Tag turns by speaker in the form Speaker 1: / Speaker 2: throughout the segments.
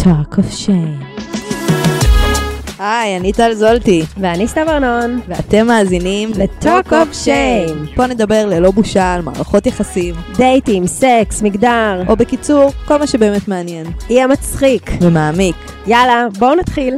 Speaker 1: Talk of Shame. היי, אני טל זולטי.
Speaker 2: ואני סתיו ארנון.
Speaker 1: ואתם מאזינים
Speaker 2: ל-Talk of Shame.
Speaker 1: פה נדבר ללא בושה על מערכות יחסים,
Speaker 2: דייטים, סקס, מגדר.
Speaker 1: או בקיצור, כל מה שבאמת מעניין.
Speaker 2: יהיה מצחיק.
Speaker 1: ומעמיק.
Speaker 2: יאללה, בואו נתחיל.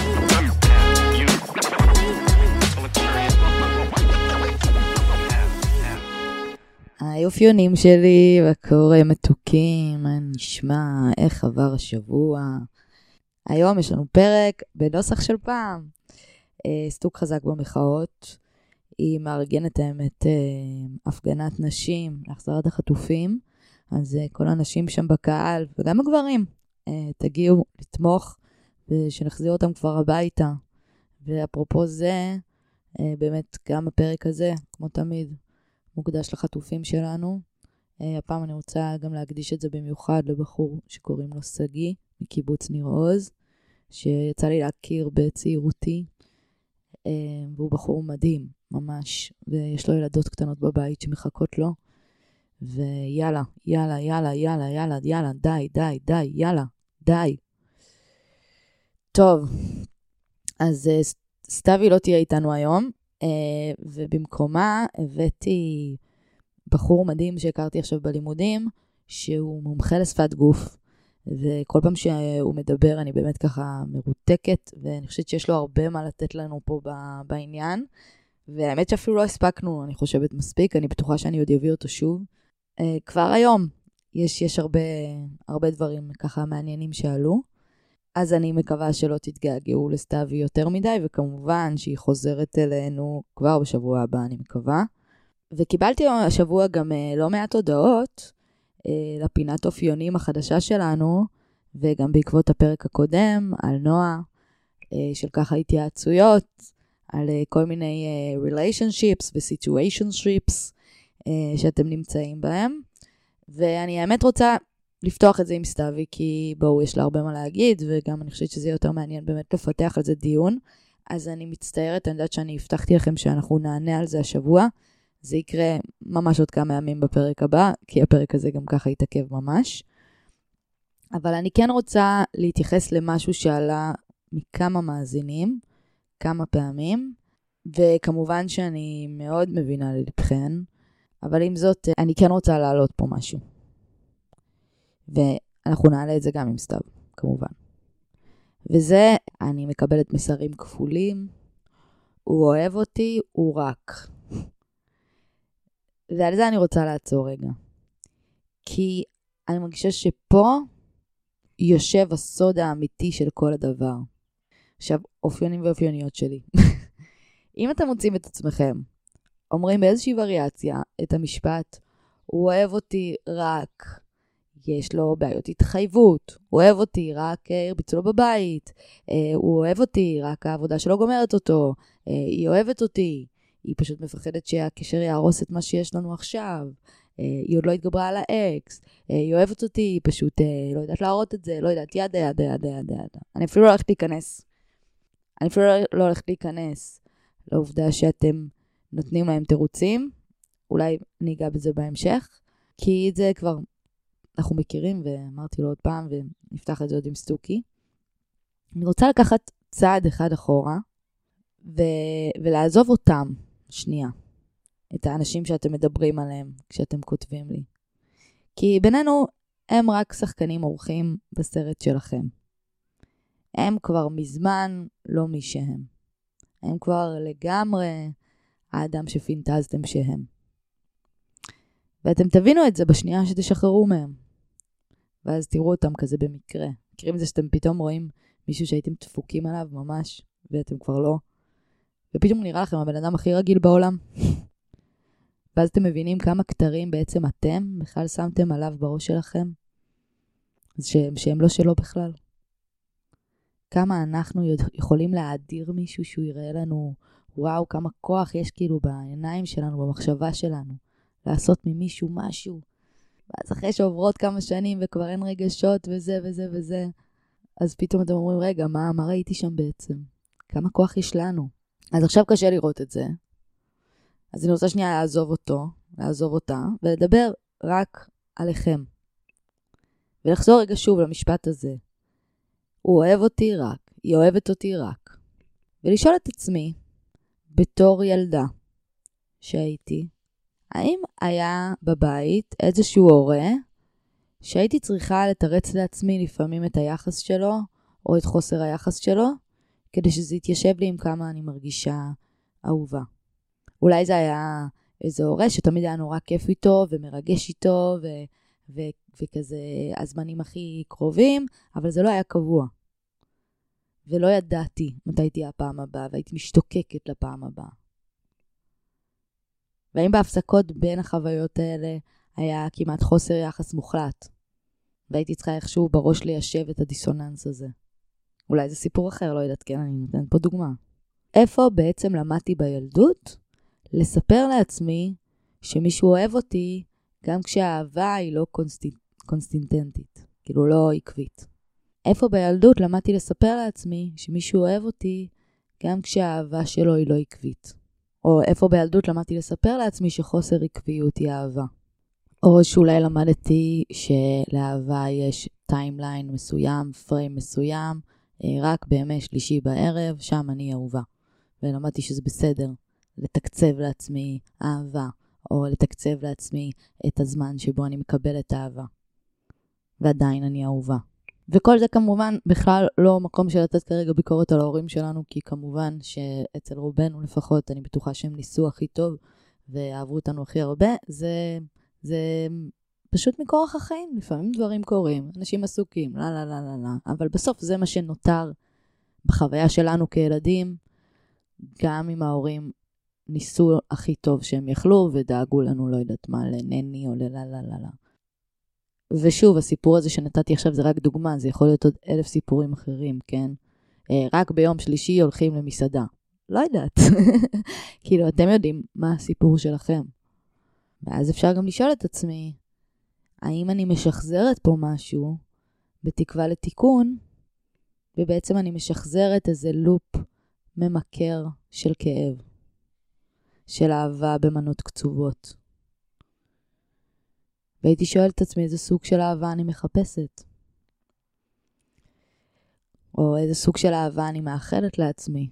Speaker 1: היופיונים שלי, והקורא מתוקים, מה נשמע, איך עבר השבוע. היום יש לנו פרק בנוסח של פעם. סטוק חזק במחאות. היא מארגנת האמת הפגנת נשים להחזרת החטופים. אז כל הנשים שם בקהל, וגם הגברים, תגיעו לתמוך, ושנחזיר אותם כבר הביתה. ואפרופו זה, באמת גם הפרק הזה, כמו תמיד, מוקדש לחטופים שלנו. הפעם אני רוצה גם להקדיש את זה במיוחד לבחור שקוראים לו סגי, מקיבוץ ניר עוז, שיצא לי להכיר בצעירותי, והוא בחור מדהים, ממש, ויש לו ילדות קטנות בבית שמחכות לו, ויאללה, יאללה, יאללה, יאללה, יאללה, יאללה, די, די, די, יאללה, די. טוב, אז סתיוי לא תהיה איתנו היום, ובמקומה הבאתי בחור מדהים שהכרתי עכשיו בלימודים, שהוא מומחה לשפת גוף, וכל פעם שהוא מדבר אני באמת ככה מרותקת, ואני חושבת שיש לו הרבה מה לתת לנו פה בעניין, והאמת שאפילו לא הספקנו, אני חושבת מספיק, אני בטוחה שאני עוד אביא אותו שוב. כבר היום יש הרבה דברים ככה מעניינים שעלו, אז אני מקווה שלא תתגעגעו לסתיוי יותר מדי, וכמובן שהיא חוזרת אלינו כבר בשבוע הבא, אני מקווה. וקיבלתי השבוע גם לא מעט הודעות לפינת אופיונים החדשה שלנו, וגם בעקבות הפרק הקודם על נועה, של ככה התייעצויות, על כל מיני relationships ו-situationships שאתם נמצאים בהם. ואני האמת רוצה לפתוח את זה עם סתיוי, כי בואו יש לה הרבה מה להגיד, וגם אני חושבת שזה יותר מעניין באמת לפתח על זה דיון. אז אני מצטערת, אני יודעת שאני הבטחתי לכם שאנחנו נענה על זה השבוע. זה יקרה ממש עוד כמה ימים בפרק הבא, כי הפרק הזה גם ככה יתעכב ממש. אבל אני כן רוצה להתייחס למשהו שעלה מכמה מאזינים, כמה פעמים, וכמובן שאני מאוד מבינה ללבכן, אבל עם זאת אני כן רוצה להעלות פה משהו. ואנחנו נעלה את זה גם עם סתיו, כמובן. וזה, אני מקבלת מסרים כפולים, הוא אוהב אותי, הוא רק. ועל זה אני רוצה לעצור רגע. כי אני מרגישה שפה יושב הסוד האמיתי של כל הדבר. עכשיו, אופיונים ואופיוניות שלי. אם אתם מוצאים את עצמכם, אומרים באיזושהי וריאציה את המשפט, הוא אוהב אותי רק, יש לו בעיות התחייבות, הוא אוהב אותי רק הרביצו לו בבית, הוא אוהב אותי רק העבודה שלו גומרת אותו, היא אוהבת אותי, היא פשוט מפחדת שהקשר יהרוס את מה שיש לנו עכשיו, היא עוד לא התגברה על האקס, היא אוהבת אותי, היא פשוט לא יודעת להראות את זה, לא יודעת ידה ידה ידה ידה ידה. אני אפילו לא הולכת להיכנס לעובדה שאתם נותנים להם תירוצים, אולי אני אגע בזה בהמשך, כי את זה כבר אנחנו מכירים, ואמרתי לו עוד פעם, ונפתח את זה עוד עם סטוקי. אני רוצה לקחת צעד אחד אחורה, ולעזוב אותם, שנייה, את האנשים שאתם מדברים עליהם, כשאתם כותבים לי. כי בינינו, הם רק שחקנים אורחים בסרט שלכם. הם כבר מזמן לא מי שהם. הם כבר לגמרי האדם שפינטזתם שהם. ואתם תבינו את זה בשנייה שתשחררו מהם. ואז תראו אותם כזה במקרה. מכירים את זה שאתם פתאום רואים מישהו שהייתם דפוקים עליו ממש, ואתם כבר לא. ופתאום נראה לכם הבן אדם הכי רגיל בעולם. ואז אתם מבינים כמה כתרים בעצם אתם בכלל שמתם עליו בראש שלכם. אז שהם לא שלו בכלל. כמה אנחנו יכולים להאדיר מישהו שהוא יראה לנו, וואו, כמה כוח יש כאילו בעיניים שלנו, במחשבה שלנו. לעשות ממישהו משהו. ואז אחרי שעוברות כמה שנים וכבר אין רגשות וזה וזה וזה, אז פתאום אתם אומרים, רגע, מה ראיתי שם בעצם? כמה כוח יש לנו? אז עכשיו קשה לראות את זה. אז אני רוצה שנייה לעזוב אותה, ולדבר רק עליכם. ולחזור רגע שוב למשפט הזה. הוא אוהב אותי רק, היא אוהבת אותי רק. ולשאול את עצמי, בתור ילדה שהייתי, האם היה בבית איזשהו הורה שהייתי צריכה לתרץ לעצמי לפעמים את היחס שלו, או את חוסר היחס שלו, כדי שזה יתיישב לי עם כמה אני מרגישה אהובה. אולי זה היה איזה הורה שתמיד היה נורא כיף איתו, ומרגש איתו, וכזה הזמנים הכי קרובים, אבל זה לא היה קבוע. ולא ידעתי מתי תהיה הפעם הבאה, והייתי משתוקקת לפעם הבאה. והאם בהפסקות בין החוויות האלה היה כמעט חוסר יחס מוחלט, והייתי צריכה איכשהו בראש ליישב את הדיסוננס הזה. אולי זה סיפור אחר, לא יודעת, כן, אני נותנת פה דוגמה. איפה בעצם למדתי בילדות? לספר לעצמי שמישהו אוהב אותי, גם כשהאהבה היא לא קונסטינטנטית, כאילו לא עקבית. איפה בילדות למדתי לספר לעצמי שמישהו אוהב אותי, גם כשהאהבה שלו היא לא עקבית. או איפה בילדות למדתי לספר לעצמי שחוסר עקביות היא אהבה. או שאולי למדתי שלאהבה יש טיימליין מסוים, פריים מסוים, רק בימי שלישי בערב, שם אני אהובה. ולמדתי שזה בסדר לתקצב לעצמי אהבה, או לתקצב לעצמי את הזמן שבו אני מקבלת אהבה. ועדיין אני אהובה. וכל זה כמובן בכלל לא מקום של לתת כרגע ביקורת על ההורים שלנו, כי כמובן שאצל רובנו לפחות, אני בטוחה שהם ניסו הכי טוב, ואהבו אותנו הכי הרבה, זה פשוט מכורח החיים, לפעמים דברים קורים, אנשים עסוקים, אבל בסוף זה מה שנותר בחוויה שלנו כילדים, גם אם ההורים ניסו הכי טוב שהם יכלו, ודאגו לנו, לא יודעת מה, לנני או לללללה. ושוב, הסיפור הזה שנתתי עכשיו זה רק דוגמה, זה יכול להיות עוד 1000 סיפורים אחרים, כן? רק ביום שלישי הולכים למסעדה. לא יודעת. כאילו, אתם יודעים מה הסיפור שלכם. ואז אפשר גם לשאול את עצמי, האם אני משחזרת פה משהו בתקווה לתיקון, ובעצם אני משחזרת איזה לופ ממכר של כאב, של אהבה במנות קצובות. והייתי שואלת את עצמי איזה סוג של אהבה אני מחפשת. או איזה סוג של אהבה אני מאחלת לעצמי.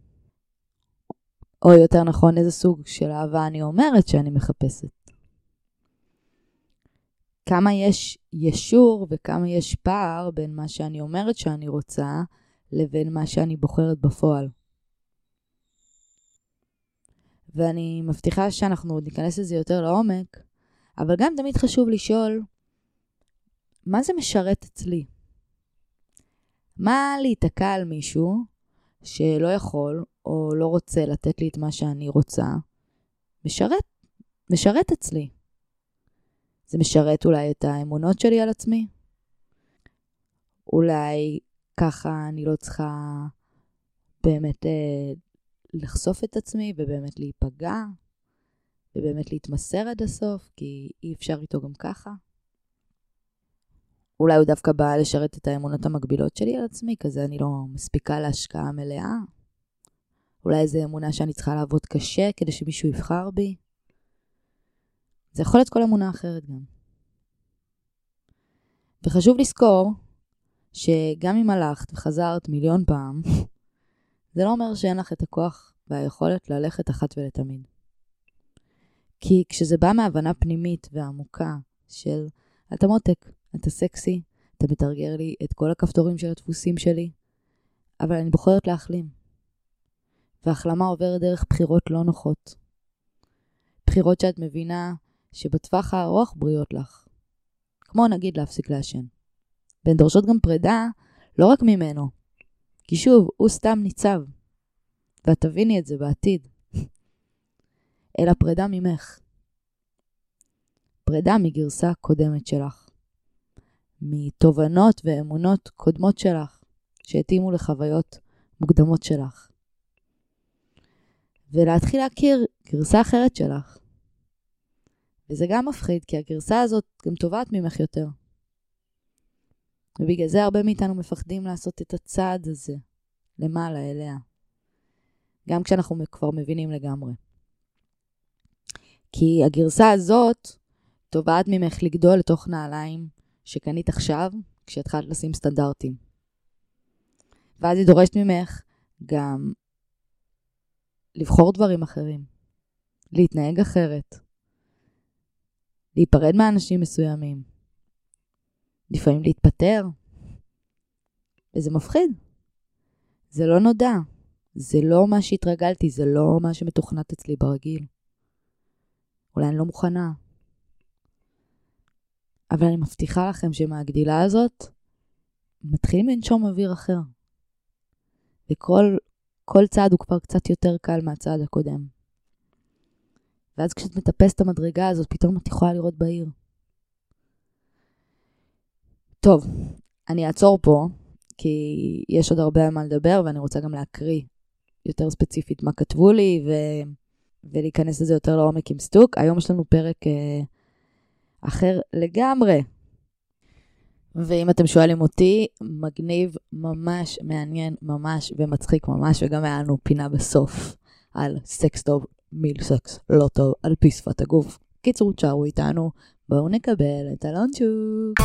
Speaker 1: או יותר נכון, איזה סוג של אהבה אני אומרת שאני מחפשת. כמה יש ישור וכמה יש פער בין מה שאני אומרת שאני רוצה לבין מה שאני בוחרת בפועל. ואני מבטיחה שאנחנו ניכנס לזה יותר לעומק, אבל גם תמיד חשוב לשאול, מה זה משרת אצלי? מה להיתקע על מישהו שלא יכול או לא רוצה לתת לי את מה שאני רוצה? משרת אצלי. זה משרת אולי את האמונות שלי על עצמי? אולי ככה אני לא צריכה באמת לחשוף את עצמי ובאמת להיפגע? ובאמת להתמסר עד הסוף, כי אי אפשר איתו גם ככה. אולי הוא דווקא בא לשרת את האמונות המקבילות שלי על עצמי, כזה אני לא מספיקה להשקעה מלאה. אולי איזו אמונה שאני צריכה לעבוד קשה כדי שמישהו יבחר בי. זה יכול להיות כל אמונה אחרת גם. וחשוב לזכור שגם אם הלכת וחזרת מיליון פעם, זה לא אומר שאין לך את הכוח והיכולת ללכת אחת ולתמיד. כי כשזה בא מהבנה פנימית ועמוקה של אתה מותק, אתה סקסי, אתה מתרגר לי את כל הכפתורים של הדפוסים שלי, אבל אני בוחרת להחלים. והחלמה עוברת דרך בחירות לא נוחות. בחירות שאת מבינה שבטווח הארוך בריאות לך. כמו נגיד להפסיק לעשן. והן דורשות גם פרידה לא רק ממנו, כי שוב, הוא סתם ניצב. ואת תביני את זה בעתיד. אלא פרידה ממך. פרידה מגרסה קודמת שלך. מתובנות ואמונות קודמות שלך, שהתאימו לחוויות מוקדמות שלך. ולהתחיל להכיר גרסה אחרת שלך. וזה גם מפחיד, כי הגרסה הזאת גם טובעת ממך יותר. ובגלל זה הרבה מאיתנו מפחדים לעשות את הצעד הזה, למעלה אליה. גם כשאנחנו כבר מבינים לגמרי. כי הגרסה הזאת טובעת ממך לגדול לתוך נעליים שקנית עכשיו, כשהתחלת לשים סטנדרטים. ואז היא דורשת ממך גם לבחור דברים אחרים, להתנהג אחרת, להיפרד מאנשים מסוימים, לפעמים להתפטר, וזה מפחיד. זה לא נודע, זה לא מה שהתרגלתי, זה לא מה שמתוכנת אצלי ברגיל. אולי אני לא מוכנה. אבל אני מבטיחה לכם שמהגדילה הזאת, מתחילים לנשום אוויר אחר. וכל צעד הוא כבר קצת יותר קל מהצעד הקודם. ואז כשאת מטפסת את המדרגה הזאת, פתאום את יכולה לראות בעיר. טוב, אני אעצור פה, כי יש עוד הרבה על מה לדבר, ואני רוצה גם להקריא יותר ספציפית מה כתבו לי, ולהיכנס לזה יותר לעומק עם סטוק. היום יש לנו פרק אחר לגמרי. ואם אתם שואלים אותי, מגניב, ממש מעניין, ממש ומצחיק ממש, וגם היה לנו פינה בסוף על סקס טוב, מיל סקס לא טוב, על פי שפת הגוף. קיצור, תשארו איתנו, בואו נקבל את אלונצ'וק.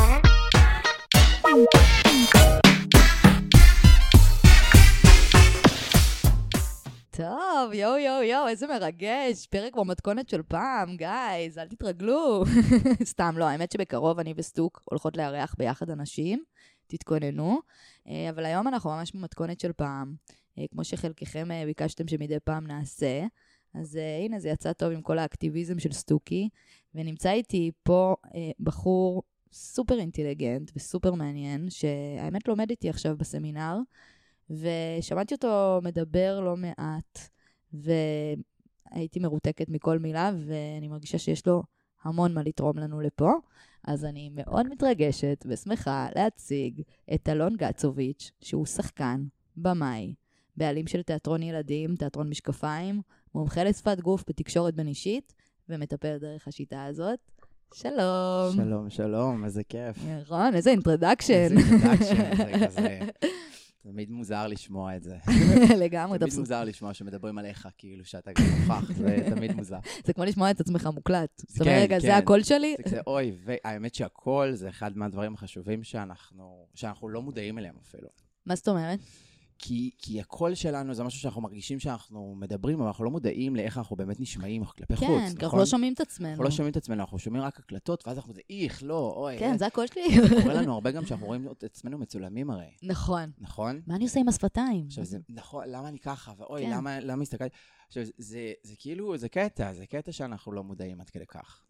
Speaker 1: טוב, יו, איזה מרגש, פרק במתכונת של פעם, גייז, אל תתרגלו. סתם לא, האמת שבקרוב אני וסטוק הולכות לארח ביחד אנשים, תתכוננו, אבל היום אנחנו ממש במתכונת של פעם, כמו שחלקכם ביקשתם שמדי פעם נעשה, אז הנה זה יצא טוב עם כל האקטיביזם של סטוקי, ונמצא איתי פה בחור סופר אינטליגנט וסופר מעניין, שהאמת לומד איתי עכשיו בסמינר, ושמעתי אותו מדבר לא מעט, והייתי מרותקת מכל מילה, ואני מרגישה שיש לו המון מה לתרום לנו לפה, אז אני מאוד מתרגשת ושמחה להציג את אלון גצוביץ', שהוא שחקן, במאי, בעלים של תיאטרון ילדים, תיאטרון משקפיים, מומחה לשפת גוף בתקשורת בין אישית, ומטפל דרך השיטה הזאת. שלום.
Speaker 3: שלום, איזה כיף.
Speaker 1: רון, איזה אינטרדקשן.
Speaker 3: איזה אינטרדקשן, זה כזה. תמיד מוזר לשמוע את זה.
Speaker 1: לגמרי.
Speaker 3: תמיד מוזר לשמוע שמדברים עליך, כאילו שאתה גם נוכח, זה תמיד מוזר.
Speaker 1: זה כמו לשמוע את עצמך מוקלט. זאת אומרת, רגע, זה הקול שלי?
Speaker 3: זה אוי, והאמת שהקול זה אחד מהדברים החשובים שאנחנו לא מודעים אליהם אפילו.
Speaker 1: מה זאת אומרת?
Speaker 3: כי הקול שלנו זה משהו שאנחנו מרגישים שאנחנו מדברים, אבל אנחנו לא מודעים לאיך אנחנו באמת נשמעים כלפי חוץ.
Speaker 1: כן, כי אנחנו לא שומעים את עצמנו.
Speaker 3: אנחנו לא שומעים את עצמנו, אנחנו שומעים רק הקלטות, ואז אנחנו זה לא, אוי.
Speaker 1: כן, זה הקול שלי.
Speaker 3: זה קורה לנו הרבה גם שאנחנו רואים את עצמנו מצולמים הרי.
Speaker 1: נכון.
Speaker 3: נכון?
Speaker 1: מה אני עושה עם השפתיים?
Speaker 3: עכשיו, נכון, למה אני ככה? ואוי, למה הסתכלתי? עכשיו, זה כאילו, זה קטע שאנחנו לא מודעים עד כדי כך.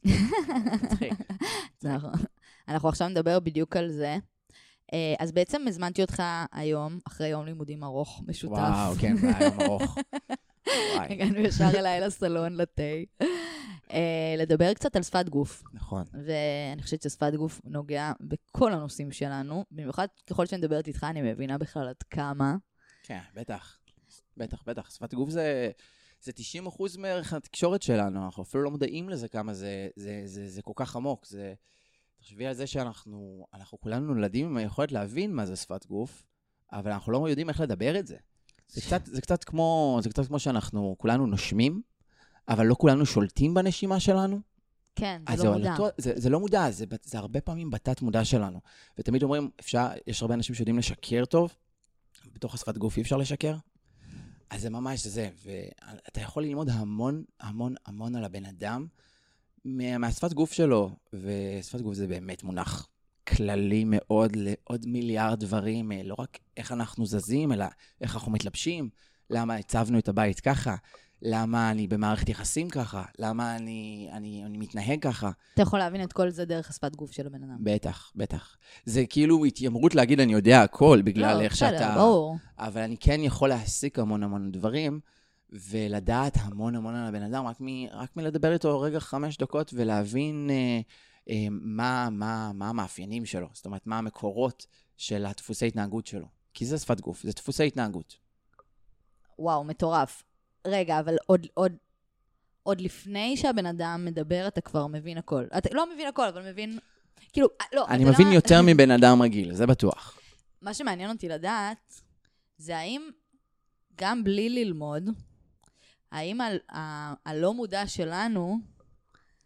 Speaker 1: נכון. אנחנו עכשיו נדבר בדיוק על זה. אז בעצם הזמנתי אותך היום, אחרי יום לימודים ארוך, משותף.
Speaker 3: וואו, כן, זה היה יום ארוך.
Speaker 1: הגענו ישר אליי לסלון, לתה. לדבר קצת על שפת גוף.
Speaker 3: נכון.
Speaker 1: ואני חושבת ששפת גוף נוגע בכל הנושאים שלנו, במיוחד ככל שאני מדברת איתך, אני מבינה בכלל עד כמה.
Speaker 3: כן, בטח. שפת גוף זה 90% מערך התקשורת שלנו, אנחנו אפילו לא מודעים לזה כמה זה כל כך עמוק, תחשבי על זה שאנחנו כולנו נולדים עם היכולת להבין מה זה שפת גוף, אבל אנחנו לא יודעים איך לדבר את זה. זה קצת כמו שאנחנו כולנו נושמים, אבל לא כולנו שולטים בנשימה שלנו.
Speaker 1: כן, זה לא מודע.
Speaker 3: זה לא מודע, זה הרבה פעמים בתת מודע שלנו. ותמיד אומרים, יש הרבה אנשים שיודעים לשקר טוב, בתוך השפת גוף אי אפשר לשקר. אז זה ממש זה, ואתה יכול ללמוד המון על הבן אדם, מהשפת גוף שלו, ושפת גוף זה באמת מונח כללי מאוד לעוד מיליארד דברים, לא רק איך אנחנו זזים, אלא איך אנחנו מתלבשים, למה הצבנו את הבית ככה, למה אני במערכת יחסים ככה, למה אני מתנהג ככה.
Speaker 1: אתה יכול להבין את כל זה דרך השפת גוף של הבן אדם.
Speaker 3: בטח. זה כאילו התיימרות להגיד אני יודע הכל, בגלל איך שאתה...
Speaker 1: ברור.
Speaker 3: אבל אני כן יכול להסיק המון דברים, ולדעת המון על הבן אדם, רק מלדבר איתו רגע 5 דקות, ולהבין מה המאפיינים שלו, זאת אומרת, מה המקורות של הדפוסי התנהגות שלו. כי זה שפת גוף, זה דפוסי התנהגות.
Speaker 1: וואו, מטורף. רגע, אבל עוד לפני שהבן אדם מדבר, אתה כבר מבין הכל. אתה לא מבין הכל, אבל מבין... כאילו, לא...
Speaker 3: אני מבין יותר מבן אדם רגיל, זה בטוח.
Speaker 1: מה שמעניין אותי לדעת, זה האם גם בלי ללמוד, האם הלא מודע שלנו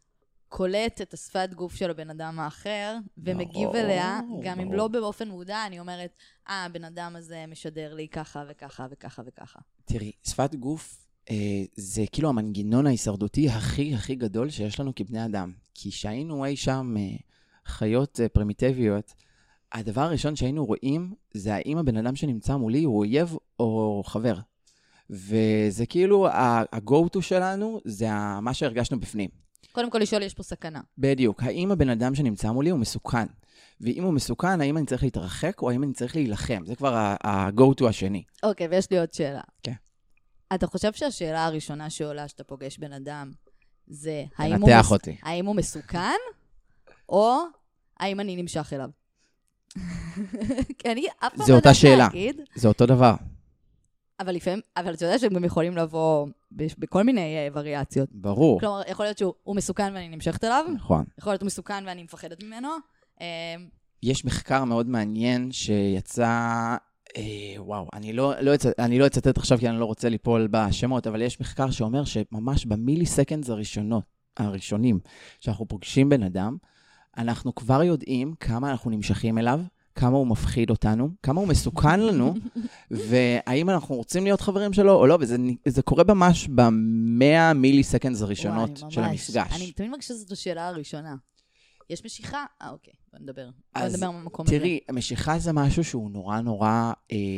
Speaker 1: קולט את השפת גוף של הבן אדם האחר, ומגיב אליה, גם אם לא באופן מודע, אני אומרת, הבן אדם הזה משדר לי ככה וככה וככה וככה.
Speaker 3: תראי, שפת גוף זה כאילו המנגנון ההישרדותי הכי הכי גדול שיש לנו כבני אדם. כי שהיינו אי שם חיות פרימיטיביות, הדבר הראשון שהיינו רואים זה האם הבן אדם שנמצא מולי הוא אויב או חבר. וזה כאילו ה-go-to שלנו, זה מה שהרגשנו בפנים.
Speaker 1: קודם כל לשאול, יש פה סכנה.
Speaker 3: בדיוק. האם הבן אדם שנמצא מולי הוא מסוכן? ואם הוא מסוכן, האם אני צריך להתרחק או האם אני צריך להילחם? זה כבר ה-go-to השני.
Speaker 1: אוקיי, ויש לי עוד שאלה.
Speaker 3: כן.
Speaker 1: אתה חושב שהשאלה הראשונה שעולה שאתה פוגש בן אדם, זה האם הוא מסוכן, או האם אני נמשך אליו? כי אני אף פעם לא יודעת להגיד.
Speaker 3: זה אותו דבר.
Speaker 1: אבל לפעמים, אבל אתה יודע שהם גם יכולים לבוא בכל מיני וריאציות.
Speaker 3: ברור.
Speaker 1: כלומר, יכול להיות שהוא מסוכן ואני נמשכת אליו.
Speaker 3: נכון.
Speaker 1: יכול להיות הוא מסוכן ואני מפחדת ממנו.
Speaker 3: יש מחקר מאוד מעניין שיצא, וואו, אני לא אצטט עכשיו כי אני לא רוצה ליפול בשמות, אבל יש מחקר שאומר שממש במיליסקנדס הראשונים שאנחנו פוגשים בן אדם, אנחנו כבר יודעים כמה אנחנו נמשכים אליו, כמה הוא מפחיד אותנו, כמה הוא מסוכן לנו, והאם אנחנו רוצים להיות חברים שלו או לא, וזה קורה ממש ב100 מיליסקנדס הראשונות של המפגש.
Speaker 1: אני תמיד מרגישה שזאת השאלה הראשונה. יש משיכה? אוקיי, בוא נדבר. במקום
Speaker 3: הזה. תראי, משיכה זה משהו שהוא נורא נורא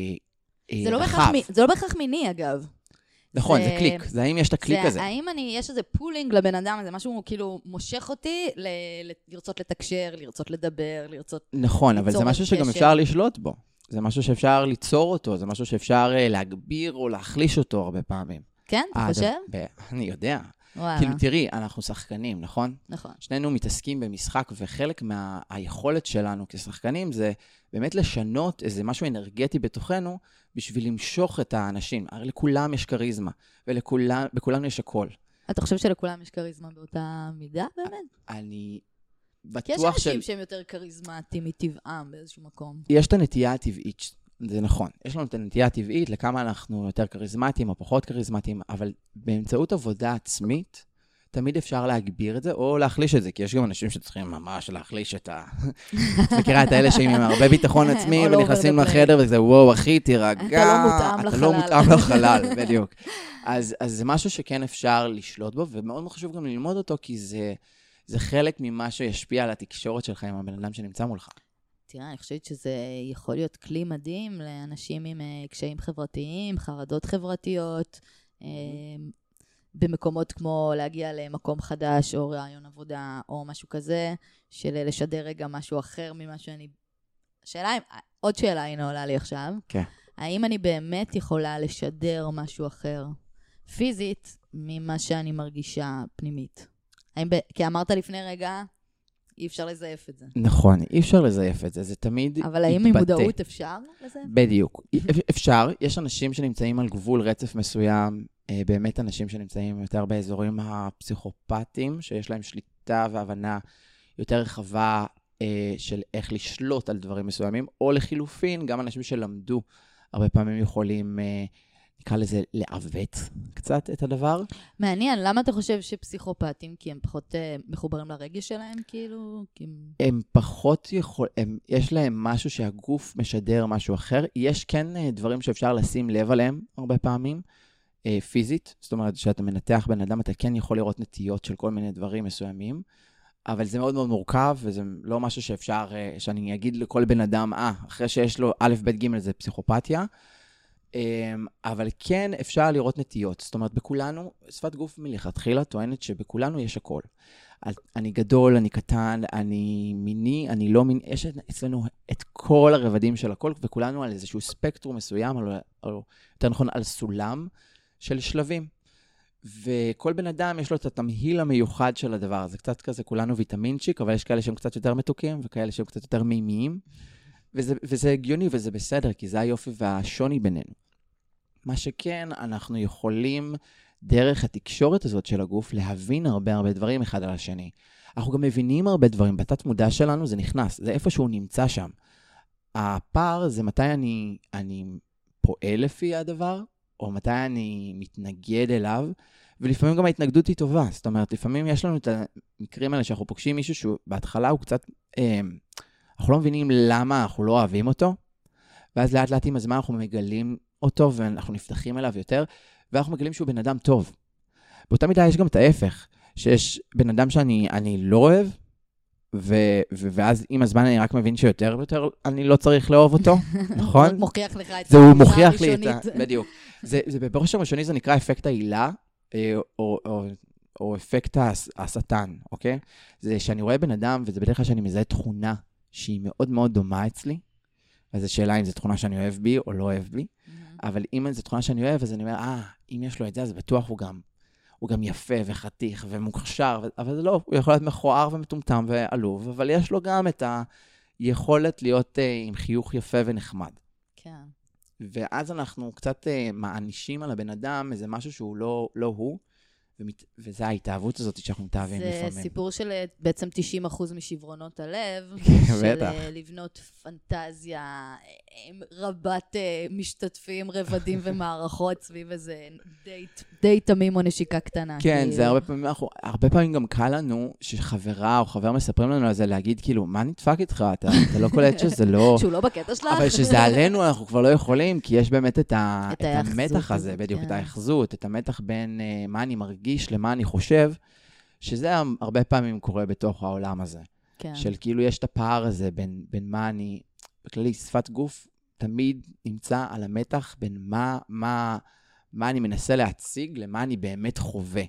Speaker 1: רחב. זה לא בהכרח מיני, אגב.
Speaker 3: נכון, זה קליק. זה האם יש את הקליק הזה.
Speaker 1: האם יש איזה פולינג לבן אדם, זה משהו כאילו מושך אותי לרצות לתקשר, לרצות לדבר, לרצות...
Speaker 3: נכון, אבל זה משהו שגם אפשר לשלוט בו. זה משהו שאפשר ליצור אותו, זה משהו שאפשר להגביר או להחליש אותו הרבה פעמים.
Speaker 1: כן, אתה חושב?
Speaker 3: אני יודע. כאילו, תראי, אנחנו שחקנים, נכון?
Speaker 1: נכון.
Speaker 3: שנינו מתעסקים במשחק, וחלק מהיכולת שלנו כשחקנים זה באמת לשנות איזה משהו אנרגטי בתוכנו, בשביל למשוך את האנשים. הרי לכולם יש קריזמה, ובכולם יש הכל.
Speaker 1: אתה חושב שלכולם יש קריזמה באותה מידה, באמת?
Speaker 3: אני בטוח
Speaker 1: כי יש אנשים שהם יותר קריזמטיים מטבעם באיזשהו מקום.
Speaker 3: יש את הנטייה הטבעית, זה נכון. יש לנו את הנטייה הטבעית לכמה אנחנו יותר קריזמטיים או פחות קריזמטיים, אבל באמצעות עבודה עצמית, תמיד אפשר להגביר את זה או להחליש את זה, כי יש גם אנשים שצריכים ממש להחליש את את מכירה את האלה שהם עם הרבה ביטחון עצמי ונכנסים לחדר וזה, וואו, אחי, תירגע.
Speaker 1: אתה לא מותאם
Speaker 3: לחלל, בדיוק. אז זה משהו שכן אפשר לשלוט בו, ומאוד חשוב גם ללמוד אותו, כי זה חלק ממה שישפיע על התקשורת שלך עם הבן אדם שנמצא מולך.
Speaker 1: תראה, אני חושבת שזה יכול להיות כלי מדהים לאנשים עם קשיים חברתיים, חרדות חברתיות, במקומות כמו להגיע למקום חדש, או רעיון עבודה, או משהו כזה, של לשדר רגע משהו אחר ממה שאני... עוד שאלה הנה עולה לי עכשיו.
Speaker 3: כן.
Speaker 1: האם אני באמת יכולה לשדר משהו אחר, פיזית, ממה שאני מרגישה פנימית? כי אמרת לפני רגע, אי אפשר לזייף את זה.
Speaker 3: נכון, אי אפשר לזייף את זה, זה תמיד מתבטא.
Speaker 1: אבל האם עם מודעות אפשר לזייף?
Speaker 3: בדיוק. אפשר, יש אנשים שנמצאים על גבול רצף מסוים, באמת אנשים שנמצאים יותר באזורים הפסיכופטיים, שיש להם שליטה והבנה יותר רחבה של איך לשלוט על דברים מסוימים, או לחילופין, גם אנשים שלמדו הרבה פעמים יכולים, נקרא לזה, לעוות קצת את הדבר.
Speaker 1: מעניין, למה אתה חושב שפסיכופטים, כי הם פחות מחוברים לרגש שלהם, כאילו?
Speaker 3: הם פחות יש להם משהו שהגוף משדר משהו אחר. יש כן דברים שאפשר לשים לב עליהם הרבה פעמים, פיזית. זאת אומרת, שאתה מנתח בן אדם, אתה כן יכול לראות נטיות של כל מיני דברים מסוימים, אבל זה מאוד מאוד מורכב, וזה לא משהו שאפשר, שאני אגיד לכל בן אדם, אחרי שיש לו א', ב', ג', זה פסיכופתיה, אבל כן אפשר לראות נטיות. זאת אומרת, בכולנו, שפת גוף מלכתחילה טוענת שבכולנו יש הכל. אני גדול, אני קטן, אני מיני, אני לא מיני, יש אצלנו את כל הרבדים של הכל, וכולנו על איזשהו ספקטרום מסוים, או יותר נכון, על סולם של שלבים. וכל בן אדם יש לו את התמהיל המיוחד של הדבר. זה קצת כזה, כולנו ויטמינצ'יק, אבל יש כאלה שהם קצת יותר מתוקים, וכאלה שהם קצת יותר מימיים. וזה הגיוני וזה בסדר, כי זה היופי והשוני בינינו. מה שכן, אנחנו יכולים, דרך התקשורת הזאת של הגוף, להבין הרבה דברים אחד על השני. אנחנו גם מבינים הרבה דברים. בתת מודע שלנו זה נכנס, זה איפה שהוא נמצא שם. הפער זה מתי אני פועל לפי הדבר, או מתי אני מתנגד אליו, ולפעמים גם ההתנגדות היא טובה. זאת אומרת, לפעמים יש לנו את המקרים האלה שאנחנו פוגשים מישהו שהוא בהתחלה הוא קצת, אנחנו לא מבינים למה אנחנו לא אוהבים אותו, ואז לאט לאט עם הזמן אנחנו מגלים אותו, ואנחנו נפתחים אליו יותר, ואנחנו מגלים שהוא בן אדם טוב. באותה מידה יש גם את ההפך, שיש בן אדם שאני לא אוהב, ואז עם הזמן אני רק מבין שיותר ויותר אני לא צריך לאהוב אותו, נכון?
Speaker 1: הוא מוכיח לך את
Speaker 3: זה הוא מוכיח לי את ה... בדיוק. זה בראש הראשוני זה נקרא אפקט העילה, או אפקט השטן, אוקיי? זה שאני רואה בן אדם, וזה בדרך כלל שאני מזהה תכונה שהיא מאוד מאוד דומה אצלי, אז זו שאלה אם זו תכונה שאני אוהב בי או לא אוהב בי, אבל אם זו תכונה שאני אוהב, אז אני אומר, אם יש לו את זה, אז בטוח הוא גם יפה וחתיך ומוכשר, אבל זה לא, הוא יכול להיות מכוער ומטומטם ועלוב, אבל יש לו גם את היכולת להיות עם חיוך יפה ונחמד.
Speaker 1: כן.
Speaker 3: ואז אנחנו קצת מענישים על הבן אדם, איזה משהו שהוא לא הוא, וזה ההתאהבות הזאת שאנחנו מתאהבים לפעמים.
Speaker 1: זה סיפור של בעצם 90% משברונות הלב, של לבנות פנטזיה רבת משתתפים, רבדים ומערכות סביב איזה די תמים או נשיקה קטנה.
Speaker 3: כן, זה הרבה פעמים גם קל לנו שחברה או חבר מספרים לנו על זה להגיד כאילו, מה נדפק איתך? אתה לא קולט שזה לא...
Speaker 1: שהוא לא בקטע שלך?
Speaker 3: אבל שזה עלינו אנחנו כבר לא יכולים, כי יש באמת את המתח הזה, בדיוק, את האחזות, את המתח בין מה אני מרגיש למה אני חושב, שזה הרבה פעמים קורה בתוך העולם הזה.
Speaker 1: כן.
Speaker 3: של כאילו יש את הפער הזה בין מה אני, בכללי שפת גוף תמיד נמצא על המתח בין מה אני מנסה להציג למה אני באמת חווה.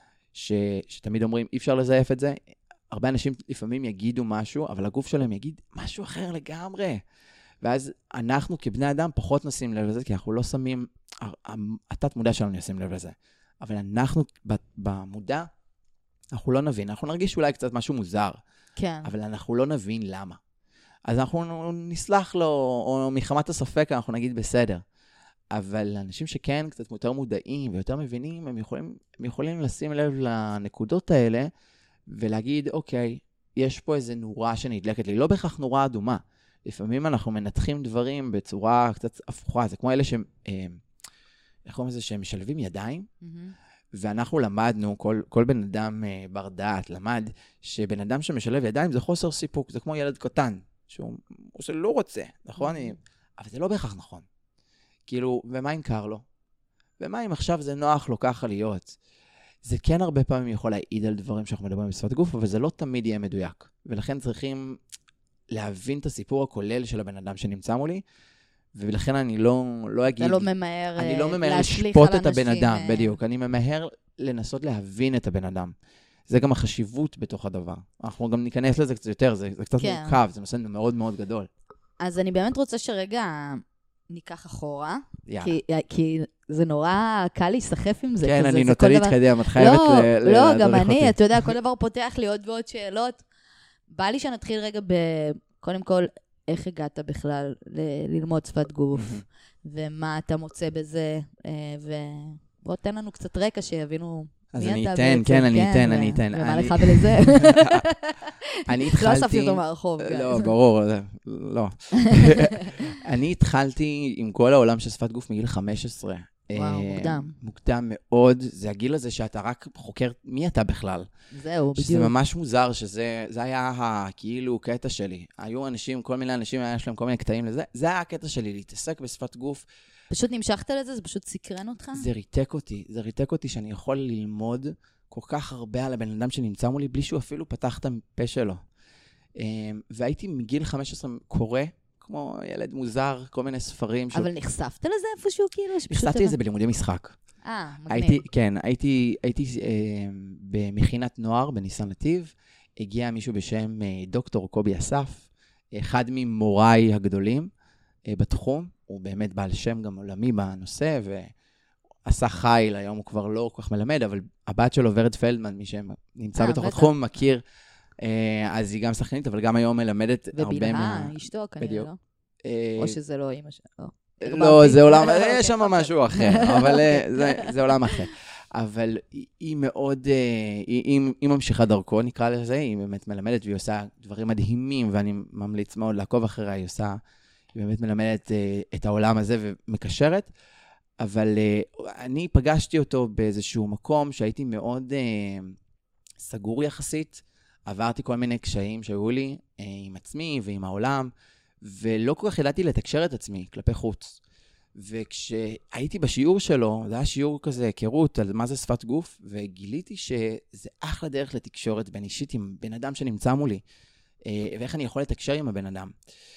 Speaker 3: שתמיד אומרים, אי אפשר לזייף את זה. הרבה אנשים לפעמים יגידו משהו, אבל הגוף שלהם יגיד משהו אחר לגמרי. ואז אנחנו כבני אדם פחות נשים לב לזה, כי אנחנו לא שמים, התת מודע שלנו נשים לב לזה. אבל אנחנו במודע, אנחנו לא נבין. אנחנו נרגיש אולי קצת משהו מוזר.
Speaker 1: כן.
Speaker 3: אבל אנחנו לא נבין למה. אז אנחנו נסלח לו, או מחמת הספק אנחנו נגיד בסדר. אבל אנשים שכן קצת יותר מודעים ויותר מבינים, הם יכולים לשים לב לנקודות האלה, ולהגיד, אוקיי, יש פה איזה נורה שנדלקת לי. לא בהכרח נורה אדומה. לפעמים אנחנו מנתחים דברים בצורה קצת הפוכה. זה כמו אלה איך קוראים לזה, שהם משלבים ידיים, ואנחנו למדנו, כל בן אדם בר דעת למד, שבן אדם שמשלב ידיים זה חוסר סיפוק, זה כמו ילד קטן, שהוא לא רוצה, נכון? אבל זה לא בהכרח נכון. כאילו, ומה אם קר לו? ומה אם עכשיו זה נוח לו ככה להיות? זה כן הרבה פעמים יכול להעיד על דברים שאנחנו מדברים בשפת גוף, אבל זה לא תמיד יהיה מדויק. ולכן צריכים להבין את הסיפור הכולל של הבן אדם שנמצא מולי, ולכן אני לא אגיד...
Speaker 1: אתה לא ממהר
Speaker 3: אני לא ממהר לשפוט את הבן אדם, בדיוק. אני ממהר לנסות להבין את הבן אדם. זה גם החשיבות בתוך הדבר. אנחנו גם ניכנס לזה קצת יותר, זה קצת מורכב, זה נושא מאוד מאוד גדול.
Speaker 1: אז אני באמת רוצה שרגע ניקח אחורה, כי זה נורא קל להיסחף עם זה.
Speaker 3: כן, אני נוטה להתקדם, את חייבת
Speaker 1: להדריך אותי. לא, גם אני, אתה יודע, כל דבר פותח לי עוד ועוד שאלות. בא לי שנתחיל רגע קודם כל, איך הגעת בכלל ללמוד שפת גוף, ומה אתה מוצא בזה, ובוא תן לנו קצת רקע שיבינו
Speaker 3: אז אני אתן, כן, אני אתן.
Speaker 1: ומה לך ולזה?
Speaker 3: אני התחלתי...
Speaker 1: לא אספתי אותו מהרחוב.
Speaker 3: לא, ברור, לא. אני התחלתי עם כל העולם של שפת גוף מגיל 15.
Speaker 1: וואו, מוקדם.
Speaker 3: מוקדם מאוד. זה הגיל הזה שאתה רק חוקר מי אתה בכלל.
Speaker 1: זהו, בדיוק.
Speaker 3: שזה ממש מוזר, שזה היה כאילו קטע שלי. היו אנשים, כל מיני אנשים, יש להם כל מיני קטעים לזה. זה היה הקטע שלי, להתעסק בשפת גוף.
Speaker 1: פשוט נמשכת לזה? זה פשוט סקרן אותך?
Speaker 3: זה ריתק אותי שאני יכול ללמוד כל כך הרבה על הבן אדם שנמצא מולי, בלי שהוא אפילו פתח את הפה שלו. והייתי מגיל 15 קורא, כמו ילד מוזר, כל מיני ספרים.
Speaker 1: אבל נחשפת לזה איפשהו כאילו?
Speaker 3: נחשפתי לזה בלימודי משחק.
Speaker 1: מגניב.
Speaker 3: כן, הייתי במכינת נוער בניסן נתיב, הגיע מישהו בשם דוקטור קובי אסף, אחד ממוריי הגדולים בתחום, הוא באמת בעל שם גם עולמי בנושא, ועשה חיל, היום הוא כבר לא כל כך מלמד, אבל הבת שלו ורד פלדמן, מי שנמצא בתוך התחום, מכיר, אז היא גם שחקנית, אבל גם היום מלמדת הרבה מה...
Speaker 1: ובלהה, אשתו כנראה, לא? או שזה לא אמא שלו.
Speaker 3: לא, זה עולם, יש שם משהו אחר, אבל זה עולם אחר. אבל היא מאוד, היא ממשיכה דרכו, נקרא לזה, היא באמת מלמדת, והיא עושה דברים מדהימים, ואני ממליץ מאוד לעקוב אחריה, היא באמת מלמדת את העולם הזה ומקשרת, אבל אני פגשתי אותו באיזשהו מקום שהייתי מאוד סגור יחסית, עברתי כל מיני קשיים שהיו לי עם עצמי ועם העולם, ולא כל כך ידעתי לתקשר את עצמי כלפי חוץ. וכשהייתי בשיעור שלו, זה היה שיעור כזה, היכרות על מה זה שפת גוף, וגיליתי שזה אחלה דרך לתקשורת בין אישית עם בן אדם שנמצא מולי, ואיך אני יכול לתקשר עם הבן אדם.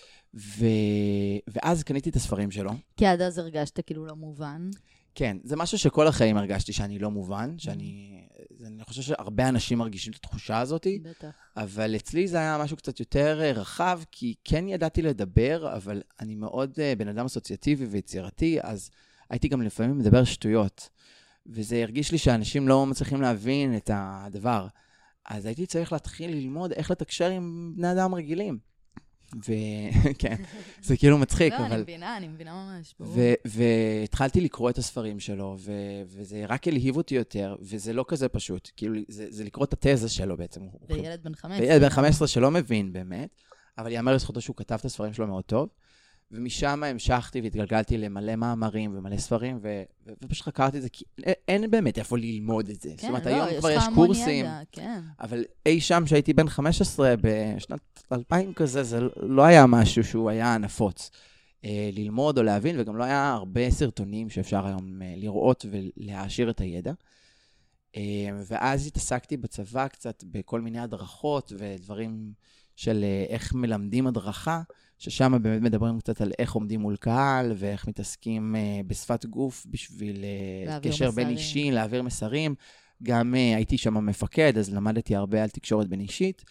Speaker 3: ואז קניתי את הספרים שלו.
Speaker 1: כי עד אז הרגשת כאילו לא מובן.
Speaker 3: כן, זה משהו שכל החיים הרגשתי שאני לא מובן, אני חושב שהרבה אנשים מרגישים את התחושה הזאת,
Speaker 1: בטח.
Speaker 3: אבל אצלי זה היה משהו קצת יותר רחב, כי כן ידעתי לדבר, אבל אני מאוד בן אדם אסוציאטיבי ויצירתי, אז הייתי גם לפעמים מדבר שטויות, וזה הרגיש לי שאנשים לא מצליחים להבין את הדבר. אז הייתי צריך להתחיל ללמוד איך לתקשר עם בני אדם רגילים. וכן, זה כאילו מצחיק,
Speaker 1: לא,
Speaker 3: אבל...
Speaker 1: אני מבינה ממש.
Speaker 3: והתחלתי לקרוא את הספרים שלו, וזה רק הלהיב אותי יותר, וזה לא כזה פשוט. כאילו, זה לקרוא את התזה שלו בעצם.
Speaker 1: וילד בן 15.
Speaker 3: וילד בן 15 שלא מבין באמת, אבל יאמר לזכותו שהוא כתב את הספרים שלו מאוד טוב, ומשם המשכתי והתגלגלתי למלא מאמרים ומלא ספרים, ופשוט חקרתי את זה, כי אין באמת איפה ללמוד את זה.
Speaker 1: כן,
Speaker 3: זאת אומרת,
Speaker 1: לא,
Speaker 3: היום כבר
Speaker 1: יש
Speaker 3: יש
Speaker 1: לך המון
Speaker 3: קורסים,
Speaker 1: ידע, כן.
Speaker 3: אבל אי שם שהייתי בן 15, בשנת 2000 כזה, זה לא היה משהו שהוא היה נפוץ ללמוד או להבין, וגם לא היה הרבה סרטונים שאפשר היום לראות ולהעשיר את הידע. ואז התעסקתי בצבא קצת בכל מיני הדרכות ודברים של איך מלמדים הדרכה, ששם באמת מדברים קצת על איך עומדים מול קהל, ואיך מתעסקים בשפת גוף בשביל קשר בין אישי, להעביר מסרים. גם הייתי שם מפקד, אז למדתי הרבה על תקשורת בין אישית.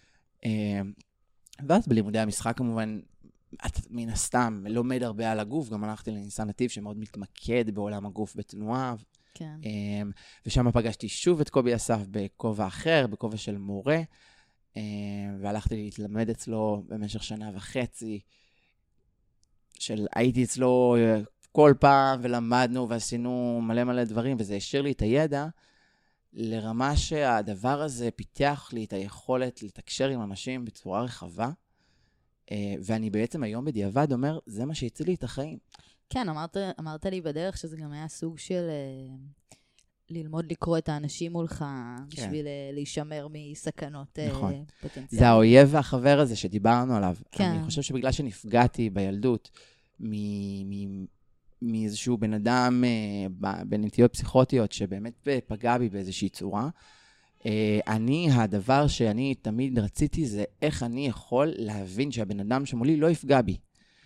Speaker 3: ואז בלימודי המשחק כמובן, מן הסתם לומד הרבה על הגוף, גם הלכתי לניסן נתיב שמאוד מתמקד בעולם הגוף בתנועה.
Speaker 1: כן.
Speaker 3: ושם פגשתי שוב את קובי אסף בכובע אחר, בכובע של מורה. והלכתי להתלמד אצלו במשך 1.5 שנה, הייתי אצלו כל פעם ולמדנו ועשינו מלא דברים, וזה השאיר לי את הידע לרמה שהדבר הזה פיתח לי את היכולת לתקשר עם אנשים בצורה רחבה, ואני בעצם היום בדיעבד אומר, זה מה שהציל לי את החיים.
Speaker 1: כן, אמרת לי בדרך שזה גם היה סוג של... ללמוד לקרוא את האנשים מולך, בשביל להישמר מסכנות פוטנציאליות.
Speaker 3: זה האויב והחבר הזה שדיברנו עליו.
Speaker 1: כן.
Speaker 3: אני חושב שבגלל שנפגעתי בילדות מאיזשהו בן אדם בנטיות פסיכוטיות, שבאמת פגע בי באיזושהי צורה, הדבר שאני תמיד רציתי זה איך אני יכול להבין שהבן אדם שמולי לא יפגע בי.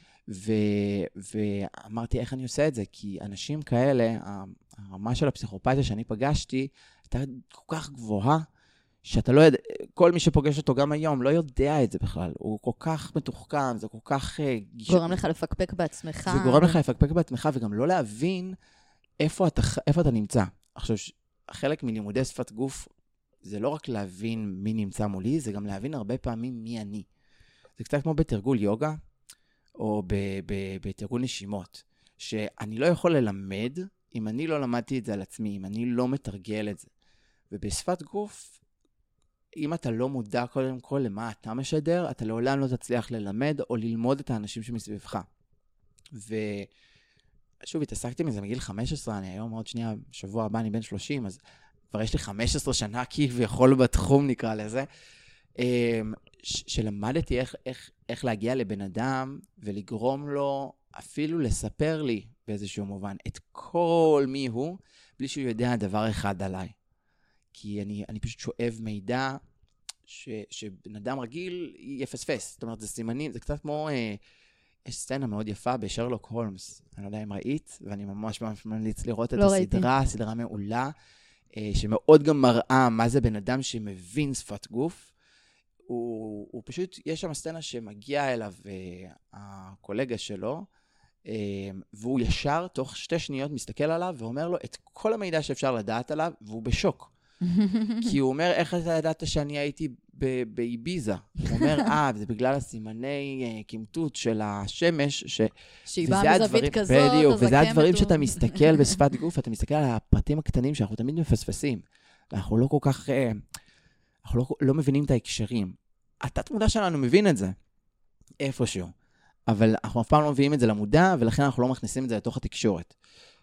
Speaker 3: ואמרתי איך אני עושה את זה, כי אנשים כאלה, הרמה של הפסיכופתיה שאני פגשתי, הייתה כל כך גבוהה, שאתה לא יודע, כל מי שפוגש אותו גם היום לא יודע את זה בכלל. הוא כל כך מתוחכם, זה כל כך...
Speaker 1: גורם לך לפקפק בעצמך.
Speaker 3: זה גורם לך לפקפק בעצמך, וגם לא להבין איפה אתה נמצא. עכשיו, חלק מלימודי שפת גוף, זה לא רק להבין מי נמצא מולי, זה גם להבין הרבה פעמים מי אני. זה קצת כמו בתרגול יוגה, או בתרגול נשימות, שאני לא יכול ללמד אם אני לא למדתי את זה על עצמי, אם אני לא מתרגל את זה. ובשפת גוף, אם אתה לא מודע קודם כל למה אתה משדר, אתה לעולם לא תצליח ללמד או ללמוד את האנשים שמסביבך. ושוב, התעסקתי מזה מגיל 15, אני היום עוד שנייה, שבוע הבא אני בן 30, אז כבר יש לי 15 שנה כביכול בתחום נקרא לזה, שלמדתי איך להגיע לבן אדם ולגרום לו אפילו לספר לי באיזשהו מובן את כל מי הוא, בלי שהוא יודע דבר אחד עליי. כי אני פשוט שואב מידע שבן אדם רגיל יפספס. זאת אומרת, זה סימנים, זה קצת כמו, יש סצנה מאוד יפה בשרלוק הולמס. אני לא יודע אם ראית, ואני ממש ממליץ לראות את הסדרה, סדרה מעולה, שמאוד גם מראה מה זה בן אדם שמבין שפת גוף. הוא פשוט, יש שם סצנה שמגיע אליו הקולגה שלו, והוא ישר תוך 2 שניות מסתכל עליו ואומר לו את כל המידע שאפשר לדעת עליו, והוא בשוק. כי הוא אומר, איך אתה ידעת שאני הייתי באיביזה? הוא אומר, זה בגלל הסימני כמתות של השמש,
Speaker 1: שהיא באה מזווית כזאת, בדיוק,
Speaker 3: וזה הדברים שאתה מסתכל בשפת גוף, אתה מסתכל על הפרטים הקטנים שאנחנו תמיד מפספסים. ואנחנו לא כל כך, אנחנו לא מבינים את ההקשרים. התת מודע שלנו מבין את זה, איפשהו. אבל אנחנו אף פעם לא מביאים את זה למודע, ולכן אנחנו לא מכניסים את זה לתוך התקשורת.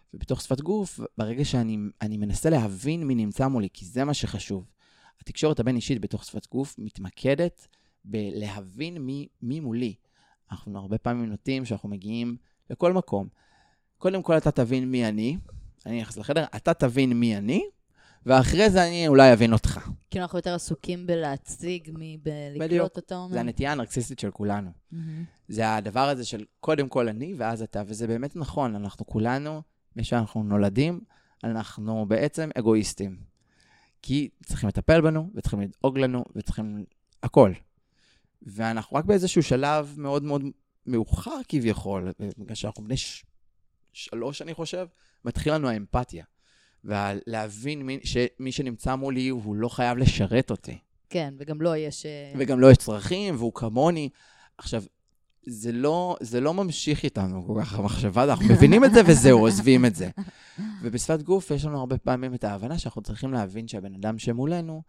Speaker 3: ובתוך שפת גוף, ברגע שאני מנסה להבין מי נמצא מולי, כי זה מה שחשוב. התקשורת הבין אישית בתוך שפת גוף מתמקדת בלהבין מי מולי. אנחנו הרבה פעמים נוטים שאנחנו מגיעים לכל מקום. קודם כל אתה תבין מי אני נכנס לחדר, אתה תבין מי אני, ואחרי זה אני אולי אבין אותך.
Speaker 1: כאילו אנחנו יותר עסוקים בלהציג, בלקלוט אותה אומר.
Speaker 3: זה הנטייה הנרקסיסטית של כולנו. זה הדבר הזה של קודם כל אני ואז אתה, וזה באמת נכון, אנחנו כולנו, מי שאנחנו נולדים, אנחנו בעצם אגואיסטים. כי צריכים לטפל בנו, וצריכים לדאוג לנו, וצריכים הכל. ואנחנו רק באיזשהו שלב מאוד מאוד מאוחר כביכול, בגלל שאנחנו בני 3, אני חושב, מתחיל לנו האמפתיה. ולהבין שמי שנמצא מולי, הוא לא חייב לשרת אותי.
Speaker 1: כן, וגם לא יש...
Speaker 3: וגם לא יש צרכים, והוא כמוני. עכשיו, זה לא ממשיך איתנו כל כך המחשבה, אנחנו מבינים את זה וזהו, עוזבים את זה. ובשפת גוף יש לנו הרבה פעמים את ההבנה שאנחנו צריכים להבין שהבן אדם שמולנו,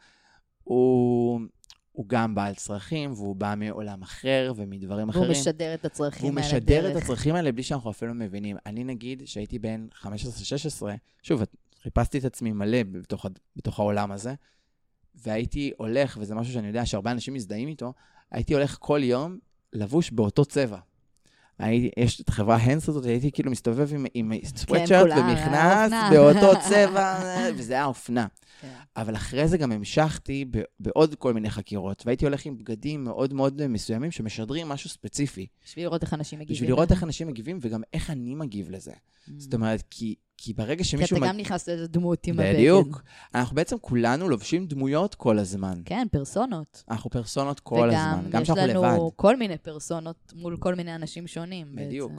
Speaker 3: הוא גם בעל צרכים, והוא בא מעולם אחר ומדברים אחרים.
Speaker 1: והוא משדר את הצרכים האלה.
Speaker 3: והוא משדר את הצרכים האלה בלי שאנחנו אפילו מבינים. אני נגיד שהייתי בין 15-16, שוב, חיפשתי את עצמי מלא בתוך העולם הזה, והייתי הולך, וזה משהו שאני יודע שהרבה אנשים מזדהים איתו, הייתי הולך כל יום לבוש באותו צבע. יש את החברה הנס הזאת, הייתי כאילו מסתובב עם סוואטשרט ומכנס באותו צבע, וזה היה אופנה. אבל אחרי זה גם המשכתי בעוד כל מיני חקירות, והייתי הולך עם בגדים מאוד מאוד מסוימים שמשדרים משהו ספציפי.
Speaker 1: בשביל לראות איך אנשים מגיבים.
Speaker 3: בשביל לראות איך אנשים מגיבים, וגם איך אני מגיב לזה. זאת אומרת, כי ברגע שמישהו...
Speaker 1: כי אתה גם נכנס לאיזו דמות עם הבגד.
Speaker 3: בדיוק. אנחנו בעצם כולנו לובשים דמויות כל הזמן.
Speaker 1: כן, פרסונות.
Speaker 3: אנחנו פרסונות כל הזמן, גם שאנחנו לבד.
Speaker 1: וגם יש לנו כל מיני פרסונות מול כל מיני אנשים שונים.
Speaker 3: בדיוק.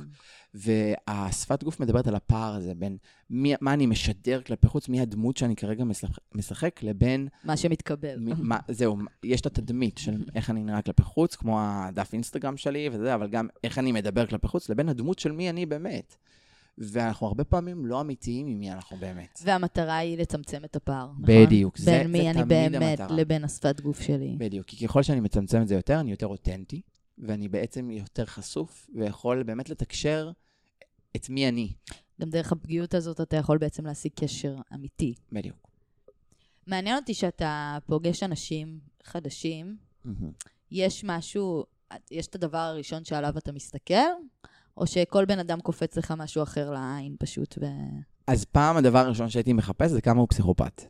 Speaker 3: והשפת גוף מדברת על הפער הזה, בין מה אני משדר כלפי חוץ, מי הדמות שאני כרגע משחק, לבין...
Speaker 1: מה שמתקבל.
Speaker 3: זהו, יש את התדמית של איך אני נראה כלפי חוץ, כמו הדף אינסטגרם שלי וזה, אבל גם איך אני מדבר כלפי חוץ, לבין הדמות של מי אני באמת. ואנחנו הרבה פעמים לא אמיתיים עם מי אנחנו באמת.
Speaker 1: והמטרה היא לצמצם את הפער, נכון?
Speaker 3: בדיוק, זה
Speaker 1: בין
Speaker 3: תמיד
Speaker 1: מי אני באמת
Speaker 3: המטרה.
Speaker 1: לבין השפת גוף שלי.
Speaker 3: בדיוק, כי ככל שאני מצמצם את זה יותר, אני יותר אותנטי, ואני בעצם יותר חשוף, ויכול באמת לתקשר את מי אני.
Speaker 1: גם דרך הפגיעות הזאת אתה יכול בעצם להשיג קשר אמיתי.
Speaker 3: בדיוק.
Speaker 1: מעניין אותי שאתה פוגש אנשים חדשים, יש משהו, יש את הדבר הראשון שעליו אתה מסתכל, או שכל בן אדם קופץ לך משהו אחר לעין פשוט
Speaker 3: אז פעם הדבר הראשון שהייתי מחפש זה כמה הוא פסיכופת.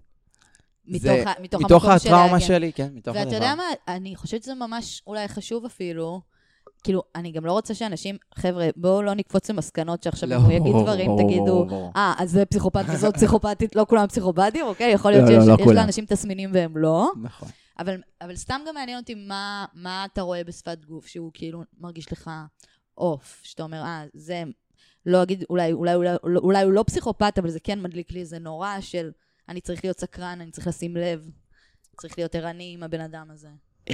Speaker 1: מתוך
Speaker 3: הטראומה שלי, כן, מתוך הדבר.
Speaker 1: ואתה יודע מה, אני חושבת שזה ממש אולי חשוב אפילו, כאילו, אני גם לא רוצה שאנשים, חבר'ה, בואו לא נקפוץ למסקנות שעכשיו אם הוא יגיד דברים, תגידו, אז זה פסיכופת וזאת פסיכופתית, לא כולם פסיכופתים, אוקיי? יכול להיות שיש לאנשים תסמינים והם לא.
Speaker 3: נכון.
Speaker 1: אבל סתם גם מעניין אותי מה אתה רואה בשפת גוף, שהוא כאילו מרגיש לך אוף, שאתה אומר, זה, לא אגיד, אולי הוא לא פסיכופת, אבל זה כן מדליק לי איזה נורא של, אני צריך להיות סקרן, אני צריך לשים לב, צריך להיות ערני עם הבן אדם הזה.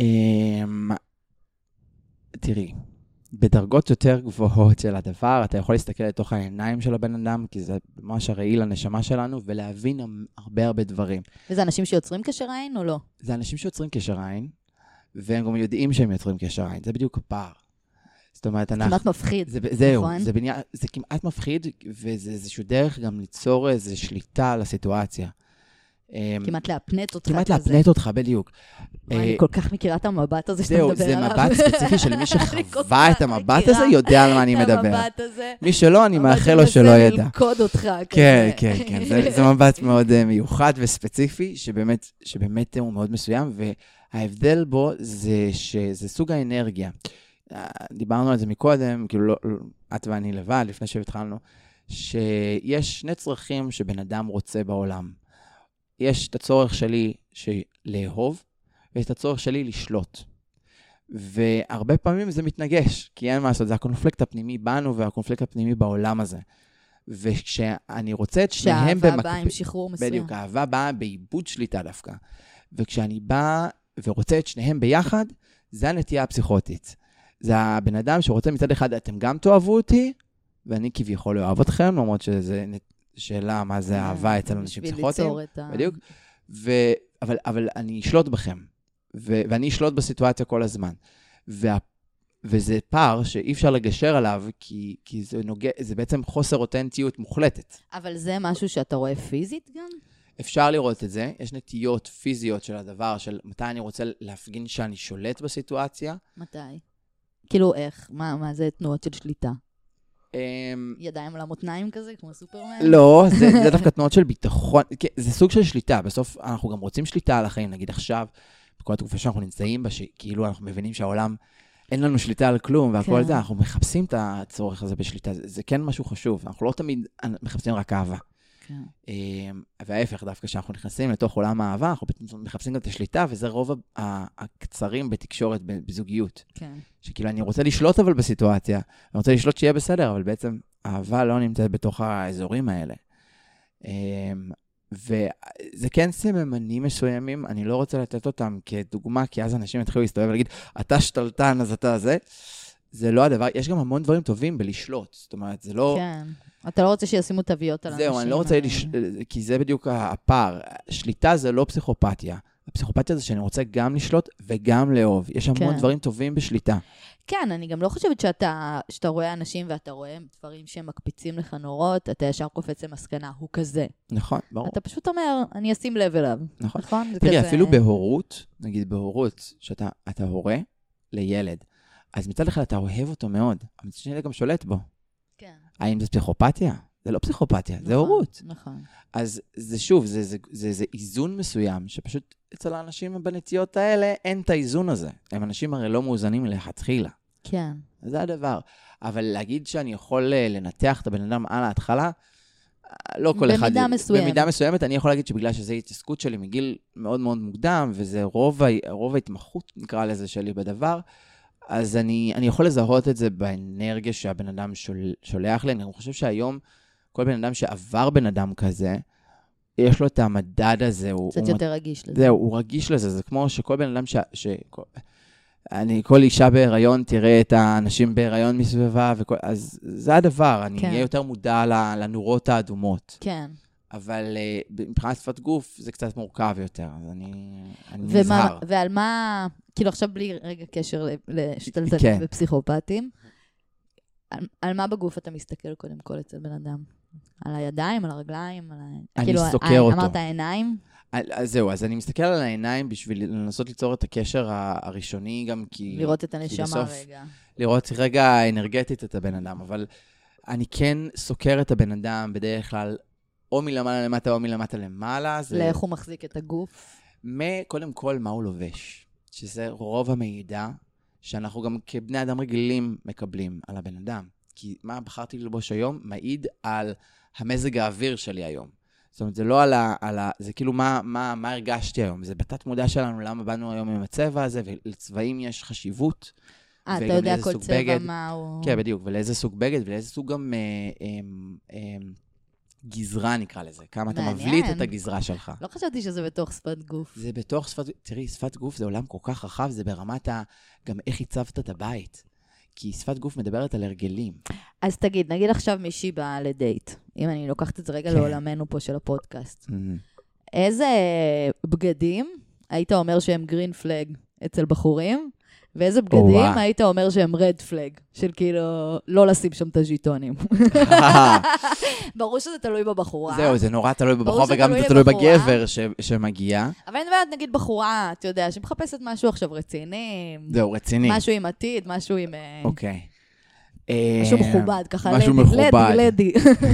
Speaker 3: תראי, בדרגות יותר גבוהות של הדבר, אתה יכול להסתכל לתוך העיניים של הבן אדם, כי זה ממש הראי לנשמה שלנו, ולהבין הרבה דברים.
Speaker 1: וזה אנשים שיוצרים קשר עין או לא?
Speaker 3: זה אנשים שיוצרים קשר עין, והם גם יודעים שהם יוצרים קשר עין. זה בדיוק הפער. זאת אומרת,
Speaker 1: זה כמעט מפחיד.
Speaker 3: זהו, זה כמעט מפחיד, וזה איזשהו דרך גם ליצור איזו שליטה על הסיטואציה.
Speaker 1: כמעט להפנט אותך.
Speaker 3: כמעט להפנט אותך, בדיוק.
Speaker 1: אני כל כך מכירה את המבט הזה שאתה מדבר עליו.
Speaker 3: זהו, זה מבט ספציפי של מי שחווה את המבט הזה, יודע על מה אני מדבר. מי שלא, אני מאחל לו שלא ידע.
Speaker 1: אבל זה ללכוד אותך.
Speaker 3: כן. זה מבט מאוד מיוחד וספציפי, שבאמת הוא מאוד מסוים, וההבדל בו זה שזה סוג האנרגיה. דיברנו על זה מקודם, כאילו את ואני לבד, לפני שהתחלנו, שיש שני צרכים שבן אדם רוצה בעולם. יש את הצורך שלי לאהוב, ויש את הצורך שלי לשלוט. והרבה פעמים זה מתנגש, כי אין מה לעשות, זה הקונפליקט הפנימי בנו, והקונפליקט הפנימי בעולם הזה. וכשאני רוצה את שניהם
Speaker 1: שהאהבה באה עם שחרור מסוים.
Speaker 3: בדיוק, האהבה באה באיבוד שליטה דווקא. וכשאני בא ורוצה את שניהם ביחד, זה הנטייה הפסיכוטית. זה הבן אדם שרוצה מצד אחד, אתם גם תאהבו אותי, ואני כביכול לא אוהב אתכם, למרות שזה שאלה מה זה אהבה אצל אנשים פסיכוטיים. בדיוק. אבל אני אשלוט בכם, ואני אשלוט בסיטואציה כל הזמן. וזה פער שאי אפשר לגשר עליו, כי זה בעצם חוסר אותנטיות מוחלטת.
Speaker 1: אבל זה משהו שאתה רואה פיזית גם?
Speaker 3: אפשר לראות את זה, יש נטיות פיזיות של הדבר, של מתי אני רוצה להפגין שאני שולט בסיטואציה.
Speaker 1: מתי? כאילו איך? מה זה תנועות של שליטה? ידיים על המותניים כזה, כמו סופרמן?
Speaker 3: לא, זה דווקא תנועות של ביטחון, זה סוג של שליטה, בסוף אנחנו גם רוצים שליטה על החיים, נגיד עכשיו, בכל התקופה שאנחנו נמצאים בה, שכאילו אנחנו מבינים שהעולם, אין לנו שליטה על כלום, והכל זה, אנחנו מחפשים את הצורך הזה בשליטה, זה כן משהו חשוב, אנחנו לא תמיד מחפשים רק אהבה. וההפך, דווקא כשאנחנו נכנסים לתוך עולם האהבה, אנחנו מחפשים גם את השליטה, וזה רוב הקצרים בתקשורת, בזוגיות. שכאילו אני רוצה לשלוט אבל בסיטואציה, אני רוצה לשלוט שיהיה בסדר, אבל בעצם אהבה לא נמצאת בתוך האזורים האלה. וזה כן סממנים מסוימים, אני לא רוצה לתת אותם כדוגמה, כי אז אנשים יתחילו להסתובב ולהגיד, אתה שתלטן, אז אתה זה. זה לא הדבר, יש גם המון דברים טובים בלשלוט. זאת אומרת, זה לא...
Speaker 1: כן. אתה לא רוצה שישימו תוויות על אנשים.
Speaker 3: זהו, אני לא רוצה, כי זה בדיוק הפער. שליטה זה לא פסיכופתיה. הפסיכופתיה זה שאני רוצה גם לשלוט וגם לאהוב. יש המון דברים טובים בשליטה.
Speaker 1: כן, אני גם לא חושבת שאתה רואה אנשים ואתה רואה דברים שהם מקפיצים לך נורות, אתה ישר קופץ למסקנה, הוא כזה.
Speaker 3: נכון, ברור.
Speaker 1: אתה פשוט אומר, אני אשים לב אליו.
Speaker 3: נכון. תראי, אפילו בהורות, נגיד בהורות, שאתה הורה לילד, אז מצד אחד אתה אוהב אותו מאוד, אבל מצד שני גם שולט בו.
Speaker 1: כן.
Speaker 3: האם זה פסיכופתיה? זה לא פסיכופתיה, זה הורות.
Speaker 1: נכון.
Speaker 3: אז זה שוב, זה איזון מסוים, שפשוט אצל האנשים בנטיות האלה אין את האיזון הזה. הם אנשים הרי לא מאוזנים מלכתחילה.
Speaker 1: כן.
Speaker 3: זה הדבר. אבל להגיד שאני יכול לנתח את הבן אדם על ההתחלה, לא כל אחד...
Speaker 1: במידה מסוימת.
Speaker 3: במידה מסוימת, אני יכול להגיד שבגלל שזה התעסקות שלי מגיל מאוד מאוד מוקדם, וזה רוב ההתמחות, נקרא לזה, שלי בדבר, אז אני יכול לזהות את זה באנרגיה שהבן אדם שולח לי. אני חושב שהיום, כל בן אדם שעבר בן אדם כזה, יש לו את המדד הזה.
Speaker 1: קצת יותר רגיש לזה.
Speaker 3: זהו, הוא רגיש לזה. זה כמו שכל בן אדם כל אישה בהיריון תראה את האנשים בהיריון מסביבה, אז זה הדבר. אני אהיה יותר מודע לנורות האדומות.
Speaker 1: כן.
Speaker 3: אבל מבחינת שפת גוף זה קצת מורכב יותר, אז אני נזהר.
Speaker 1: ועל מה, כאילו עכשיו בלי רגע קשר לשתלטנים ופסיכופטים, על מה בגוף אתה מסתכל קודם כל אצל בן אדם? על הידיים, על הרגליים?
Speaker 3: אני סוקר אותו.
Speaker 1: אמרת העיניים?
Speaker 3: אז זהו, אז אני מסתכל על העיניים בשביל לנסות ליצור את הקשר הראשוני גם כי...
Speaker 1: לראות את הנשמה רגע.
Speaker 3: לראות רגע אנרגטית את הבן אדם, אבל אני כן סוקר את הבן אדם בדרך כלל, או מלמעלה למטה או מלמטה למעלה.
Speaker 1: לאיך הוא מחזיק את הגוף?
Speaker 3: קודם כל, מה הוא לובש. שזה רוב המידע שאנחנו גם כבני אדם רגילים מקבלים על הבן אדם. כי מה בחרתי ללבוש היום מעיד על המזג האוויר שלי היום. זאת אומרת, זה לא זה כאילו מה הרגשתי היום. זה בתת מודע שלנו, למה באנו היום עם הצבע הזה, ולצבעים יש חשיבות.
Speaker 1: אתה יודע כל צבע מה הוא...
Speaker 3: כן, בדיוק, ולאיזה סוג בגד, ולאיזה סוג גם... גזרה נקרא לזה, כמה אתה מבליט את הגזרה שלך.
Speaker 1: לא חשבתי שזה בתוך שפת גוף.
Speaker 3: זה בתוך שפת, תראי, שפת גוף זה עולם כל כך רחב, זה ברמת גם איך הצבת את הבית. כי שפת גוף מדברת על הרגלים.
Speaker 1: אז תגיד, נגיד עכשיו מישהי באה לדייט, אם אני לוקחת את זה רגע לעולמנו פה של הפודקאסט. איזה בגדים היית אומר שהם גרין פלג אצל בחורים? ואיזה בגדים היית אומר שהם רד פלג, של כאילו לא לשים שם את הז'יטונים. ברור שזה תלוי בבחורה.
Speaker 3: זהו, זה נורא תלוי בבחורה, וגם זה תלוי בגבר שמגיע.
Speaker 1: אבל אני אומרת, נגיד בחורה, אתה יודע, שמחפשת משהו עכשיו רציני.
Speaker 3: זהו, רציני.
Speaker 1: משהו עם עתיד, משהו עם...
Speaker 3: אוקיי.
Speaker 1: משהו מכובד, ככה
Speaker 3: משהו מכובד.
Speaker 1: לדי.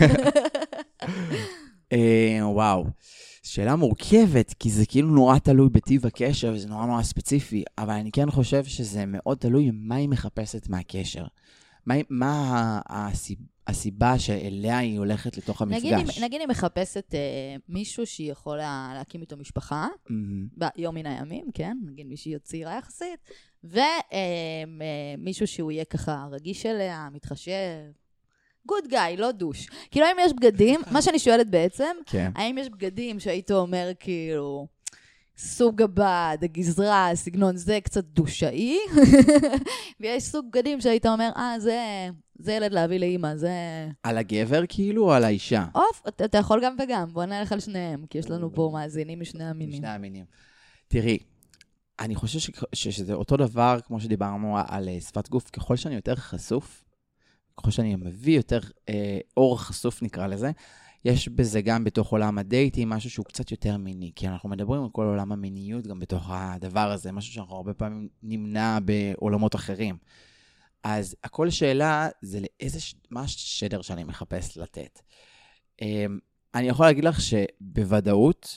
Speaker 3: וואו. שאלה מורכבת, כי זה כאילו נורא תלוי בטיב הקשר, וזה נורא נורא ספציפי, אבל אני כן חושב שזה מאוד תלוי מה היא מחפשת מהקשר. מה הסיבה שאליה היא הולכת לתוך המפגש.
Speaker 1: נגיד היא מחפשת מישהו שהיא יכולה להקים איתו משפחה, ביום מן הימים, כן? נגיד מישהי צעירה יחסית, ומישהו שהוא יהיה ככה רגיש אליה, מתחשב. גוד גאי, לא דוש. כאילו, האם יש בגדים, מה שאני שואלת בעצם, האם יש בגדים שהיית אומר כאילו, סוג הבד, הגזרה, הסגנון, זה קצת דושאי, ויש סוג בגדים שהיית אומר, זה ילד להביא לאמא, זה...
Speaker 3: על הגבר כאילו או על האישה?
Speaker 1: אתה יכול גם וגם, בוא נלך על שניהם, כי יש לנו פה מאזינים משני המינים.
Speaker 3: משני המינים. תראי, אני חושב שזה אותו דבר, כמו שדיברנו על שפת גוף, ככל שאני יותר חשוף, ככל שאני מביא יותר אור חשוף נקרא לזה, יש בזה גם בתוך עולם הדייטים משהו שהוא קצת יותר מיני, כי אנחנו מדברים על כל עולם המיניות גם בתוך הדבר הזה, משהו שאנחנו הרבה פעמים נמנע בעולמות אחרים. אז הכל שאלה זה מה השדר שאני מחפש לתת. אני יכול להגיד לך שבוודאות,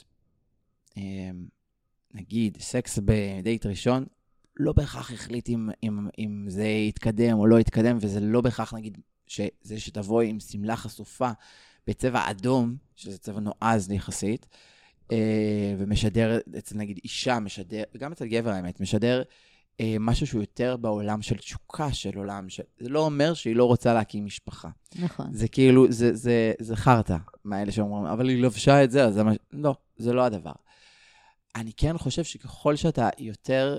Speaker 3: נגיד סקס בדייט ראשון, לא בהכרח החליט אם זה יתקדם או לא יתקדם, וזה לא בהכרח נגיד שזה שתבואי עם סמלה חשופה בצבע אדום, שזה צבע נועז יחסית, ומשדר, אצל נגיד אישה משדר, גם אצל גבר האמת, משדר משהו שהוא יותר בעולם של תשוקה של עולם, זה לא אומר שהיא לא רוצה להקים משפחה.
Speaker 1: נכון.
Speaker 3: זה כאילו, זה חרטה, מהאלה שאומרים, אבל היא לבשה את זה, אז לא, זה לא הדבר. אני כן חושב שככל שאתה יותר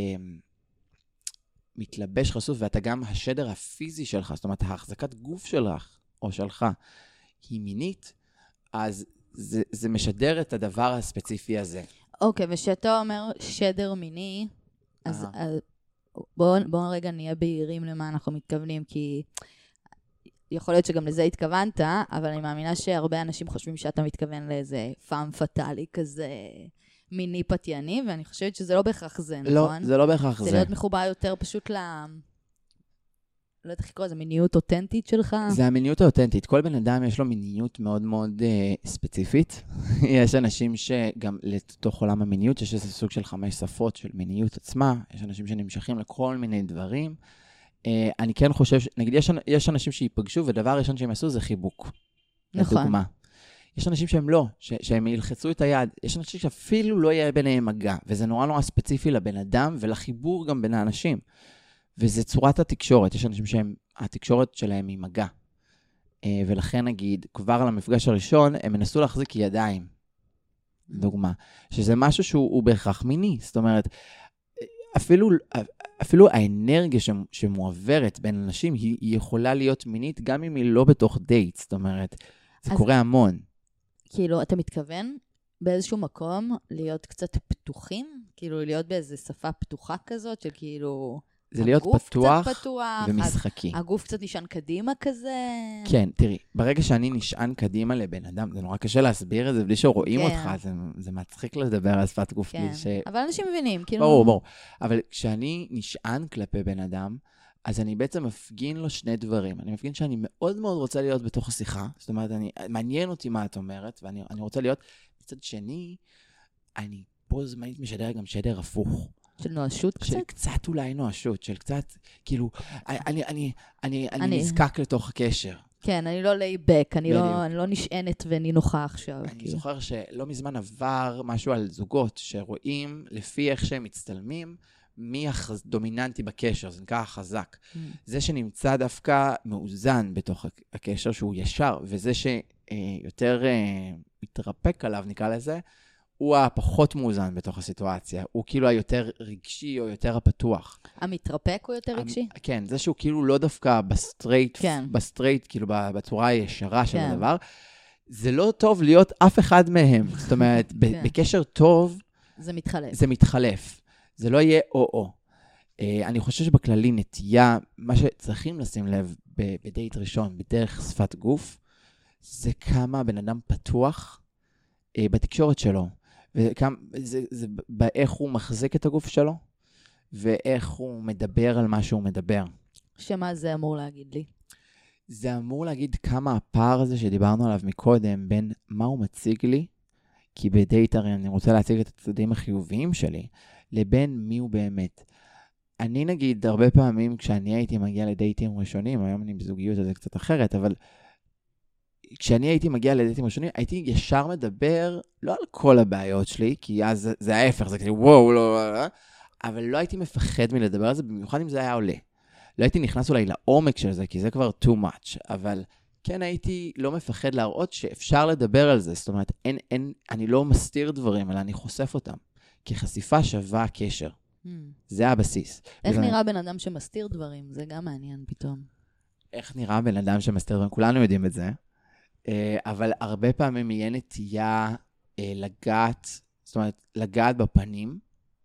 Speaker 3: מתלבש חשוף, ואתה גם השדר הפיזי שלך, זאת אומרת, ההחזקת גוף שלך, או שלך, היא מינית, אז זה משדר את הדבר הספציפי הזה.
Speaker 1: אוקיי, ושאתה אומר שדר מיני, אז בואו רגע נהיה בהירים למה אנחנו מתכוונים, כי יכול להיות שגם לזה התכוונת, אבל אני מאמינה שהרבה אנשים חושבים שאתה מתכוון לאיזה פעם פטלי כזה מיני פתייני, ואני חושבת שזה לא בהכרח זה, נכון?
Speaker 3: לא, זה לא בהכרח זה.
Speaker 1: זה להיות מחובר יותר פשוט לא יודעת איך לקרוא, זה מיניות אותנטית שלך?
Speaker 3: זה המיניות האותנטית. כל בן אדם יש לו מיניות מאוד מאוד ספציפית. יש אנשים שגם לתוך עולם המיניות, יש איזה סוג של 5 שפות של מיניות עצמה. יש אנשים שנמשכים לכל מיני דברים. אני כן חושב, נגיד יש אנשים שיפגשו, ודבר ראשון שהם יעשו זה חיבוק.
Speaker 1: נכון.
Speaker 3: לדוגמה. יש אנשים שהם לא, שהם ילחצו את היד. יש אנשים שאפילו לא יהיה ביניהם מגע, וזה נורא נורא ספציפי לבן אדם, ולחיבור גם בין האנשים. וזה צורת התקשורת. יש אנשים שהתקשורת שלהם היא מגע. ולכן נגיד, כבר על המפגש הראשון, הם מנסו להחזיק ידיים. דוגמה. שזה משהו שהוא בהכרח מיני. זאת אומרת, אפילו האנרגיה שמועברת בין אנשים, היא יכולה להיות מינית, גם אם היא לא בתוך דייט. זאת אומרת, זה קורה המון.
Speaker 1: כאילו, אתה מתכוון באיזשהו מקום להיות קצת פתוחים? כאילו, להיות באיזו שפה פתוחה כזאת, של כאילו...
Speaker 3: זה להיות פתוח ומשחקי.
Speaker 1: הגוף קצת נשען קדימה כזה.
Speaker 3: כן, תראי, ברגע שאני נשען קדימה לבן אדם, זה נורא קשה להסביר את זה בלי שרואים אותך, זה מצחיק לדבר על שפת גוף.
Speaker 1: כן, אבל אנשים מבינים, כאילו...
Speaker 3: ברור. אבל כשאני נשען כלפי בן אדם, אז אני בעצם מפגין לו 2 דברים. אני מפגין שאני מאוד מאוד רוצה להיות בתוך השיחה, זאת אומרת, מעניין אותי מה את אומרת, ואני רוצה להיות, מצד שני, אני פה זמנית משדר גם שדר הפוך.
Speaker 1: של נואשות קצת?
Speaker 3: של קצת אולי נואשות, של קצת, כאילו, אני נזקק לתוך הקשר.
Speaker 1: כן, אני לא לייבק, אני לא נשענת ואני נוחה עכשיו.
Speaker 3: אני זוכר שלא מזמן עבר משהו על זוגות, שרואים לפי איך שהם מצטלמים, מי הדומיננטי בקשר, זה נקרא חזק. זה שנמצא דווקא מאוזן בתוך הקשר, שהוא ישר, וזה שיותר מתרפק עליו, נקרא לזה, הוא הפחות מאוזן בתוך הסיטואציה. הוא כאילו היותר רגשי או יותר הפתוח.
Speaker 1: המתרפק הוא יותר רגשי?
Speaker 3: כן, זה שהוא כאילו לא דווקא בסטרייט, כאילו בצורה הישרה של הדבר. זה לא טוב להיות אף אחד מהם. זאת אומרת, בקשר טוב, זה מתחלף. זה לא יהיה או-או. אני חושב שבכללי נטייה, מה שצריכים לשים לב בדייט ראשון, בדרך שפת גוף, זה כמה בן אדם פתוח בתקשורת שלו. זה באיך הוא מחזיק את הגוף שלו, ואיך הוא מדבר על מה שהוא מדבר.
Speaker 1: שמה זה אמור להגיד לי?
Speaker 3: זה אמור להגיד כמה הפער הזה שדיברנו עליו מקודם, בין מה הוא מציג לי, כי בדייט הרי אני רוצה להציג את הצדדים החיוביים שלי, לבין מי הוא באמת. אני נגיד, הרבה פעמים כשאני הייתי מגיע לדייטים ראשונים, היום אני בזוגיות אז זה קצת אחרת, אבל כשאני הייתי מגיע לדייטים ראשונים, הייתי ישר מדבר, לא על כל הבעיות שלי, כי אז זה ההפך, זה כאילו וואו, לא, אבל לא הייתי מפחד מלדבר על זה, במיוחד אם זה היה עולה. לא הייתי נכנס אולי לעומק של זה, כי זה כבר too much, אבל כן הייתי לא מפחד להראות שאפשר לדבר על זה, זאת אומרת, אני לא מסתיר דברים, אלא אני חושף אותם, כי חשיפה שווה קשר. זה הבסיס.
Speaker 1: איך נראה בן אדם שמסתיר דברים? זה גם מעניין פתאום.
Speaker 3: איך נראה בן אדם שמסתיר דברים? כולנו יודעים את זה. אבל הרבה פעמים יהיה נטייה לגעת, זאת אומרת, לגעת בפנים,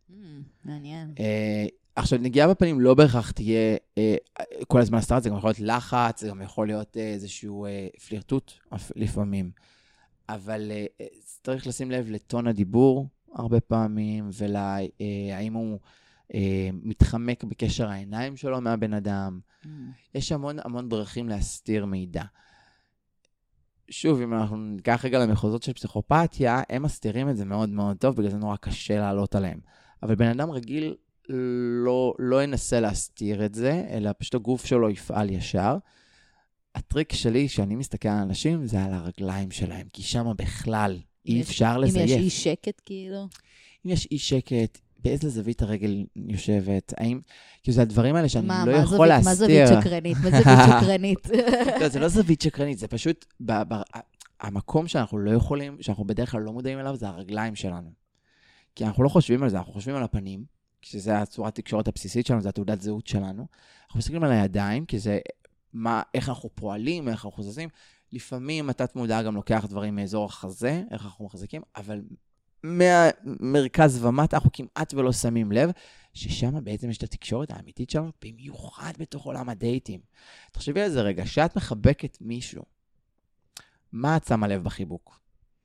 Speaker 1: מעניין.
Speaker 3: עכשיו, נגיעה בפנים לא בהכרח תהיה כל הזמן הסתרת, זה גם יכול להיות לחץ, זה גם יכול להיות איזשהו פלירטוט לפעמים. אבל צריך לשים לב לטון הדיבור הרבה פעמים, והאם הוא מתחמק בקשר העיניים שלו מהבן אדם. יש המון דרכים להסתיר מידע. שוב, אם אנחנו ניקח רגע למחוזות של פסיכופתיה, הם מסתירים את זה מאוד מאוד טוב, בגלל זה נורא קשה לעלות עליהם. אבל בן אדם רגיל לא ינסה להסתיר את זה, אלא פשוט הגוף שלו יפעל ישר. הטריק שלי, שאני מסתכל על אנשים, זה על הרגליים שלהם, כי שם בכלל אי אפשר לזייף.
Speaker 1: אם יש אי שקט, כאילו?
Speaker 3: אם יש אי שקט, באיזה זווית הרגל יושבת, האם, כי זה הדברים האלה שאני לא יכול להסתיר.
Speaker 1: מה זווית שקרנית? מה זווית שקרנית?
Speaker 3: לא, זה לא זווית שקרנית, זה פשוט, המקום שאנחנו לא יכולים, שאנחנו בדרך כלל לא מודעים אליו, זה הרגליים שלנו. כי אנחנו לא חושבים על זה, אנחנו חושבים על הפנים, שזה הצורת תקשורת הבסיסית שלנו, זה התעודת זהות שלנו. אנחנו מסתכלים על הידיים, כי זה איך אנחנו פועלים, איך אנחנו זזים. לפעמים התת מודע גם לוקח דברים מאזור החזה, איך אנחנו מחזיקים, אבל מהמרכז ומטה אנחנו כמעט ולא שמים לב, ששם בעצם יש את התקשורת האמיתית שלנו, במיוחד בתוך עולם הדייטים. תחשבי על זה רגע, שאת מחבקת מישהו, מה את שמה לב בחיבוק?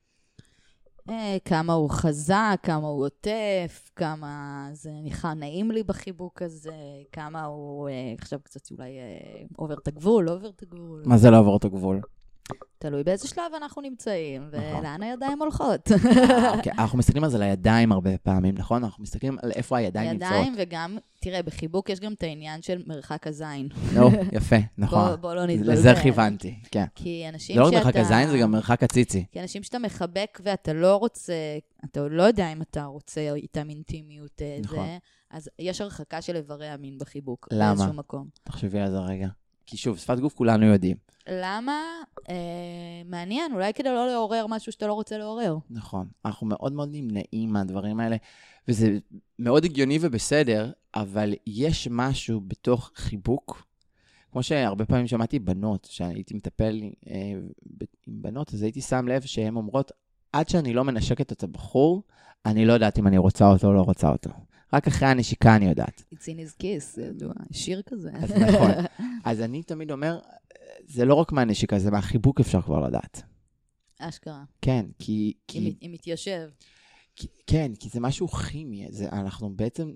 Speaker 1: כמה הוא חזק, כמה הוא עוטף, כמה זה נעים לי בחיבוק הזה, כמה הוא עכשיו קצת אולי עובר את הגבול, לא עובר את הגבול.
Speaker 3: מה זה לא עובר את הגבול?
Speaker 1: תלוי באיזה שלב אנחנו נמצאים, ולאן הידיים הולכות.
Speaker 3: אוקיי, אנחנו מסתכלים על זה לידיים הרבה פעמים, נכון? אנחנו מסתכלים על איפה הידיים נמצאות.
Speaker 1: ידיים וגם, תראה, בחיבוק יש גם את העניין של מרחק הזין.
Speaker 3: יפה, נכון.
Speaker 1: בוא לא נתבלבל.
Speaker 3: לזה כיוונתי, כן.
Speaker 1: כי אנשים
Speaker 3: זה לא רק מרחק הזין, זה גם מרחק הציצי.
Speaker 1: כי אנשים שאתה מחבק ואתה לא רוצה, אתה לא יודע אם אתה רוצה איתם אינטימיות, אז יש הרחקה של איברי המין בחיבוק.
Speaker 3: למה? תחשבי על זה רגע. כי שוב, שפת גוף כולנו יודעים.
Speaker 1: למה? מעניין, אולי כדי לא לעורר משהו שאתה לא רוצה לעורר.
Speaker 3: נכון. אנחנו מאוד מאוד נמנעים מהדברים האלה, וזה מאוד הגיוני ובסדר, אבל יש משהו בתוך חיבוק, כמו שהרבה פעמים שמעתי בנות, שהייתי מטפל עם בנות, אז הייתי שם לב שהן אומרות, עד שאני לא מנשקת את הבחור, אני לא יודעת אם אני רוצה אותו או לא רוצה אותו. רק אחרי הנשיקה אני יודעת.
Speaker 1: It's in his kiss, שיר כזה.
Speaker 3: אז נכון. אז אני תמיד אומר, זה לא רק מהנשיקה, זה מהחיבוק אפשר כבר לדעת.
Speaker 1: אשכרה.
Speaker 3: כן, כי...
Speaker 1: אם מתיישב.
Speaker 3: כן, כי זה משהו כימי. אנחנו בעצם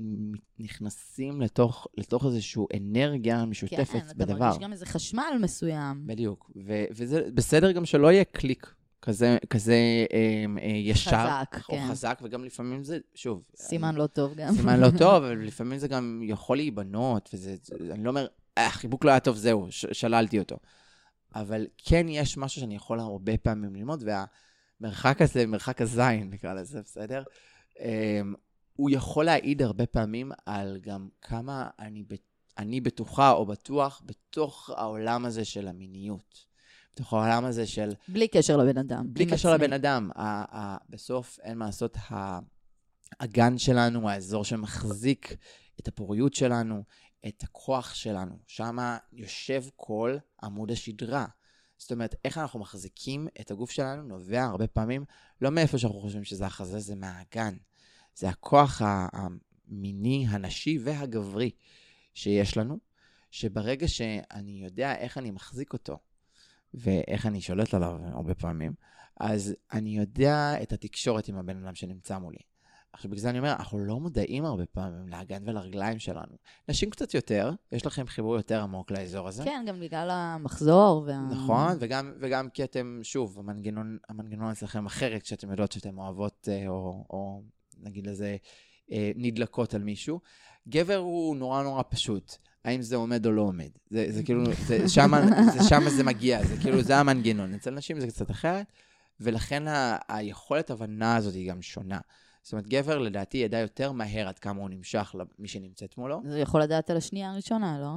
Speaker 3: נכנסים לתוך איזושהי אנרגיה משותפת בדבר.
Speaker 1: כן, אתה מרגיש גם איזה חשמל מסוים.
Speaker 3: בדיוק. וזה בסדר גם שלא יהיה קליק. כזה ישר,
Speaker 1: חזק,
Speaker 3: או
Speaker 1: כן.
Speaker 3: חזק, וגם לפעמים זה, שוב...
Speaker 1: סימן לא טוב גם.
Speaker 3: סימן לא טוב, אבל לפעמים זה גם יכול להיבנות, אני לא אומר, החיבוק לא היה טוב, זהו, שללתי אותו. אבל כן יש משהו שאני יכול הרבה פעמים ללמוד, והמרחק הזה, מרחק הזין, נקרא לזה, בסדר? הוא יכול להעיד הרבה פעמים על גם כמה אני בטוחה או בטוח בתוך העולם הזה של המיניות. בתוך העולם הזה של...
Speaker 1: בלי קשר לבן אדם.
Speaker 3: בלי קשר לבן אדם. בסוף אין מה לעשות, הגן שלנו, האזור שמחזיק את הפוריות שלנו, את הכוח שלנו. שם יושב כל עמוד השדרה. זאת אומרת, איך אנחנו מחזיקים את הגוף שלנו נובע הרבה פעמים, לא מאיפה שאנחנו חושבים שזה החזה, זה מהגן. זה הכוח המיני, הנשי והגברי שיש לנו, שברגע שאני יודע איך אני מחזיק אותו, ואיך אני שולט עליו הרבה פעמים, אז אני יודע את התקשורת עם הבן אדם שנמצא מולי. עכשיו, בגלל זה אני אומר, אנחנו לא מודעים הרבה פעמים להגן ולרגליים שלנו. נשים קצת יותר, יש לכם חיבור יותר עמוק לאזור הזה.
Speaker 1: כן, גם בגלל המחזור.
Speaker 3: נכון, וגם כי אתם, שוב, המנגנון אצלכם אחרת, כשאתם יודעות שאתם אוהבות, או נגיד לזה, נדלקות על מישהו. גבר הוא נורא נורא פשוט. האם זה עומד או לא עומד. זה כאילו, שמה זה מגיע, זה כאילו, זה המנגנון. אצל נשים זה קצת אחרת, ולכן היכולת הבנה הזאת היא גם שונה. זאת אומרת, גבר לדעתי ידע יותר מהר עד כמה הוא נמשך למי שנמצאת מולו.
Speaker 1: זה יכול לדעת על השנייה הראשונה, לא?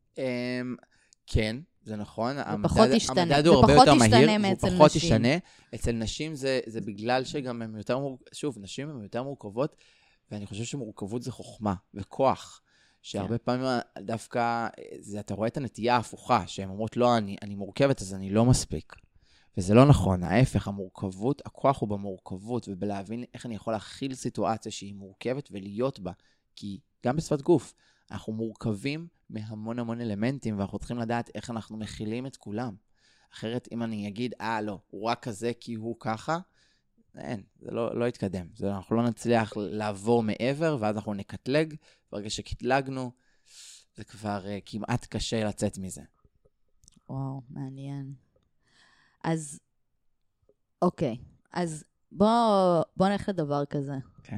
Speaker 3: כן, זה נכון.
Speaker 1: פחות ישתנה.
Speaker 3: המדד הוא הרבה יותר מהיר,
Speaker 1: מאצל
Speaker 3: הוא פחות
Speaker 1: נשים.
Speaker 3: ישתנה. אצל נשים זה בגלל שגם הם יותר, שוב, נשים הן יותר מורכבות, ואני חושב שמורכבות זה חוכמה וכוח. שהרבה פעמים דווקא, אתה רואה את הנטייה ההפוכה, שהן אומרות, לא, אני מורכבת, אז אני לא מספיק. וזה לא נכון, ההפך, המורכבות, הכוח הוא במורכבות, ובלהבין איך אני יכול להכיל סיטואציה שהיא מורכבת ולהיות בה, כי גם בשפת גוף, אנחנו מורכבים מהמון המון אלמנטים, ואנחנו צריכים לדעת איך אנחנו מכילים את כולם. אחרת, אם אני אגיד, לא, הוא רק כזה כי הוא ככה, אין, זה לא יתקדם. אנחנו לא נצליח לעבור מעבר, ואז אנחנו נקטלג, ברגע שקטלגנו, זה כבר כמעט קשה לצאת מזה.
Speaker 1: וואו, מעניין. אז, אוקיי. אז בוא נלך לדבר כזה.
Speaker 3: כן.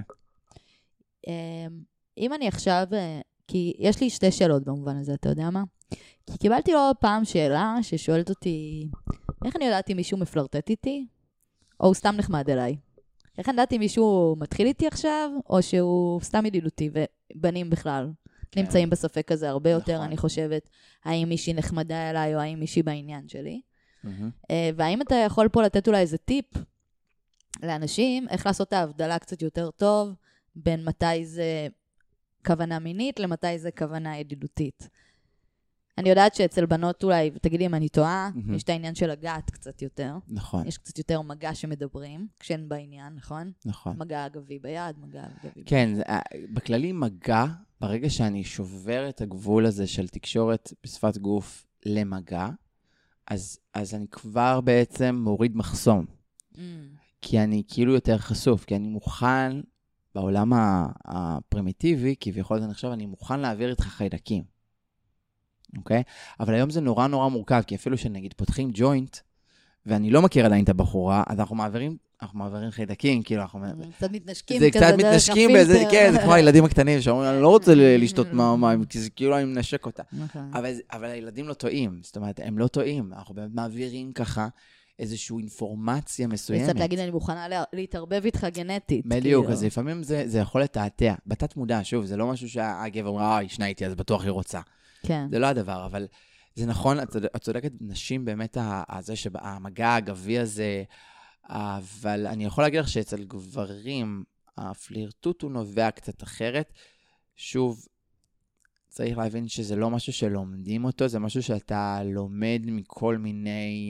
Speaker 1: אם אני עכשיו, כי יש לי שתי שאלות במובן הזה, אתה יודע מה? כי קיבלתי לו פעם שאלה ששואלת אותי, איך אני יודעת אם מישהו מפלרטט איתי, או הוא סתם נחמד אליי? איך אני יודעת אם מישהו מתחיל איתי עכשיו, או שהוא סתם ידידותי, ובנים בכלל
Speaker 3: כן.
Speaker 1: נמצאים בספק הזה הרבה יותר,
Speaker 3: נכון.
Speaker 1: אני חושבת, האם מישהי נחמדה אליי, או האם מישהי בעניין שלי. והאם אתה יכול פה לתת אולי איזה טיפ לאנשים, איך לעשות את ההבדלה קצת יותר טוב, בין מתי זה כוונה מינית, למתי זה כוונה ידידותית. אני יודעת שאצל בנות אולי, ותגידי אם אני טועה, יש את העניין של הגעת קצת יותר.
Speaker 3: נכון.
Speaker 1: יש קצת יותר מגע שמדברים, כשאין בעניין, נכון?
Speaker 3: נכון.
Speaker 1: מגע אגבי ביד, מגע אגבי ביד.
Speaker 3: כן, בכללי מגע, ברגע שאני שובר את הגבול הזה של תקשורת בשפת גוף למגע, אז אני כבר בעצם מוריד מחסום. כי אני כאילו יותר חשוף, כי אני מוכן, בעולם הפרימיטיבי, כביכול זה נחשב, אני מוכן להעביר איתך חיידקים. אוקיי? אבל היום זה נורא נורא מורכב, כי אפילו שנגיד פותחים ג'וינט, ואני לא מכיר עדיין את הבחורה, אז אנחנו מעבירים חיידקים, כאילו אנחנו...
Speaker 1: קצת מתנשקים
Speaker 3: זה
Speaker 1: כזה
Speaker 3: קצת
Speaker 1: דרך
Speaker 3: מתנשקים,
Speaker 1: הפילטר.
Speaker 3: כן, זה כמו הילדים הקטנים, שאומרים, אני לא רוצה לשתות מהמים, כי זה כאילו אני מנשק אותה. אבל הילדים לא טועים, זאת אומרת, הם לא טועים, אנחנו באמת מעבירים ככה איזושהי אינפורמציה מסוימת.
Speaker 1: וצריך להגיד, אני מוכנה להתערבב איתך גנטית.
Speaker 3: בדיוק, אז לפעמים זה יכול לתעתע. בתת מודע, שוב, זה לא משהו שהגבר אומר, ישנה איתי, אז בטוח היא רוצה.
Speaker 1: כן.
Speaker 3: זה לא הדבר, אבל זה נכון, את צודקת, נשים באמת, זה שהמגע הגבי הזה, אבל אני יכול להגיד לך שאצל גברים, הפלירטוט הוא נובע קצת אחרת. שוב, צריך להבין שזה לא משהו שלומדים אותו, זה משהו שאתה לומד מכל מיני